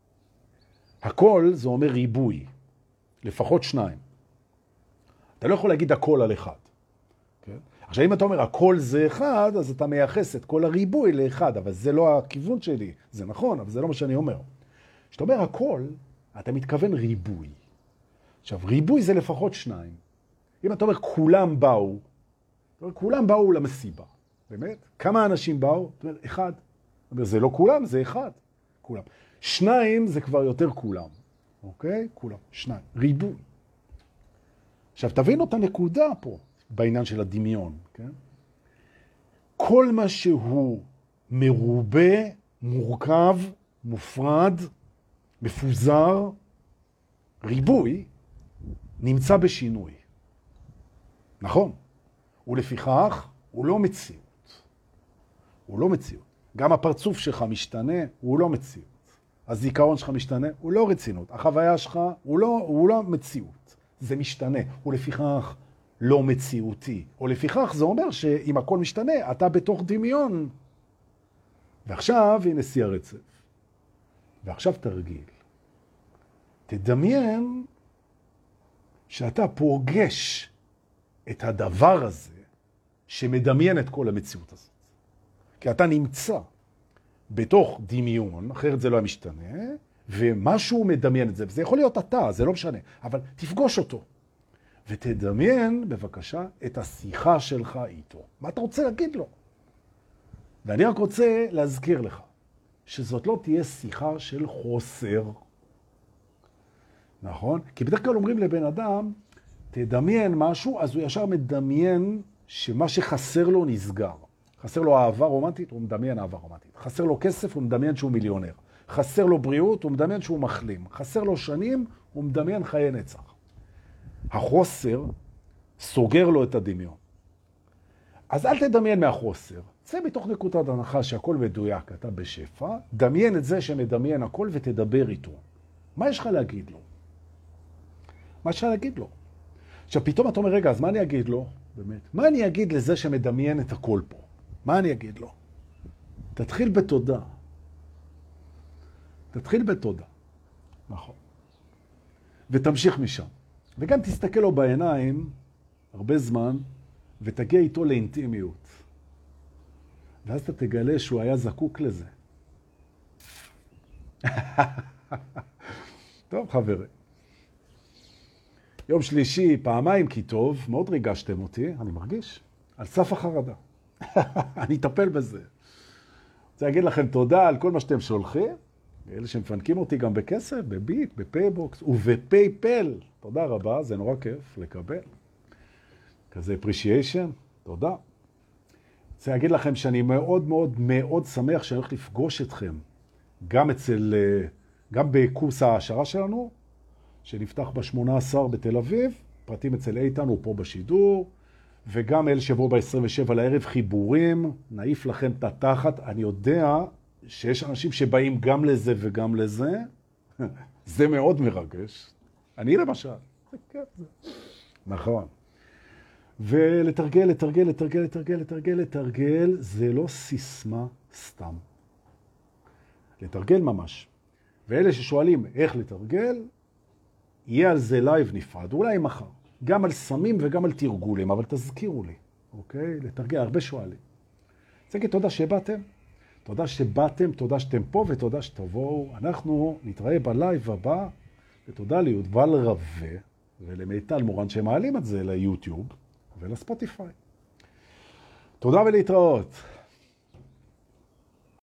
הכל זה אומר ריבוי, לפחות שניים. אתה לא יכול להגיד הכל על אחד. כן? עכשיו אם אתה אומר הכל זה אחד, אז אתה מייחס את כל הריבוי לאחד, אבל זה לא הכיוון שלי. זה נכון, אבל זה לא מה שאני אומר. כשאתה אומר הכל, אתה מתכוון ריבוי. עכשיו, ריבוי זה לפחות שניים. אם אתה אומר כולם באו, כולם באו למסיבה. באמת? כמה אנשים באו? אתה אומר, אחד. אתה אומר, זה לא כולם, זה אחד. כולם. שניים זה כבר יותר כולם. אוקיי? כולם. שניים. ריבוי. עכשיו, תבינו את הנקודה פה, בעניין של הדמיון. כן? כל מה שהוא מרובה, מורכב, מופרד, מפוזר, ריבוי, נמצא בשינוי. נכון? ולפיכך, הוא לא מציאות. הוא לא מציאות. גם הפרצוף שלך משתנה, הוא לא מציאות. הזיכרון שלך משתנה, הוא לא רצינות. החוויה שלך, הוא לא מציאות. זה משתנה. ולפיכך, לא מציאותי. ולפיכך, זה אומר שאם הכל משתנה, אתה בתוך דמיון. ועכשיו, הנה שיא הרצף. ועכשיו תרגיל. תדמיין שאתה פוגש את הדבר הזה שמדמיין את כל המציאות הזאת. כי אתה נמצא בתוך דמיון, אחרת זה לא משתנה, ומשהו מדמיין את זה. וזה יכול להיות אתה, זה לא משנה, אבל תפגוש אותו. ותדמיין בבקשה את השיחה שלך איתו. מה אתה רוצה להגיד לו? ואני רק רוצה להזכיר לך, שזאת לא תהיה שיחה של חוסר. נכון? כי בדרך כלל אומרים לבן אדם, תדמיין משהו, אז הוא ישר מדמיין שמה שחסר לו נסגר. חסר לו אהבה רומנטית, הוא מדמיין אהבה רומנטית. חסר לו כסף, הוא מדמיין שהוא מיליונר. חסר לו בריאות, הוא מדמיין שהוא מחלים. חסר לו שנים, הוא מדמיין חיי נצח. החוסר סוגר לו את הדמיון. אז אל תדמיין מהחוסר. צא בתוך נקודת הנחה שהכל מדויק, אתה בשפע, דמיין את זה שמדמיין הכל ותדבר איתו. מה יש לך להגיד לו? מה יש לך להגיד לו? עכשיו פתאום אתה אומר, רגע, אז מה אני אגיד לו? באמת. מה אני אגיד לזה שמדמיין את הכל פה? מה אני אגיד לו? תתחיל בתודה. תתחיל בתודה. נכון. ותמשיך משם. וגם תסתכל לו בעיניים הרבה זמן ותגיע איתו לאינטימיות. ואז אתה תגלה שהוא היה זקוק לזה. טוב, חברים. יום שלישי, פעמיים כי טוב, מאוד ריגשתם אותי, אני מרגיש, על סף החרדה. אני אטפל בזה. רוצה להגיד לכם תודה על כל מה שאתם שולחים, אלה שמפנקים אותי גם בכסף, בביט, בפייבוקס ובפייפל. תודה רבה, זה נורא כיף לקבל. כזה appreciation, תודה. רוצה להגיד לכם שאני מאוד מאוד מאוד שמח שאני הולך לפגוש אתכם, גם בקורס ההשערה שלנו, שנפתח ב-18 בתל אביב, פרטים אצל איתן, הוא פה בשידור, וגם אלה שבואו ב-27 לערב חיבורים, נעיף לכם את התחת. אני יודע שיש אנשים שבאים גם לזה וגם לזה. זה מאוד מרגש. אני למשל. זה כיף זה. נכון. ולתרגל, לתרגל, לתרגל, לתרגל, לתרגל, לתרגל, זה לא סיסמה סתם. לתרגל ממש. ואלה ששואלים איך לתרגל, יהיה על זה לייב נפרד, אולי מחר. גם על סמים וגם על תרגולים, אבל תזכירו לי, אוקיי? לתרגל, הרבה שואלים. אז אגיד תודה שבאתם, תודה שבאתם, תודה שאתם פה ותודה שתבואו. אנחנו נתראה בלייב הבא, ותודה ליודבל רווה ולמיטל מורן שמעלים את זה ליוטיוב ולספוטיפיי. תודה ולהתראות.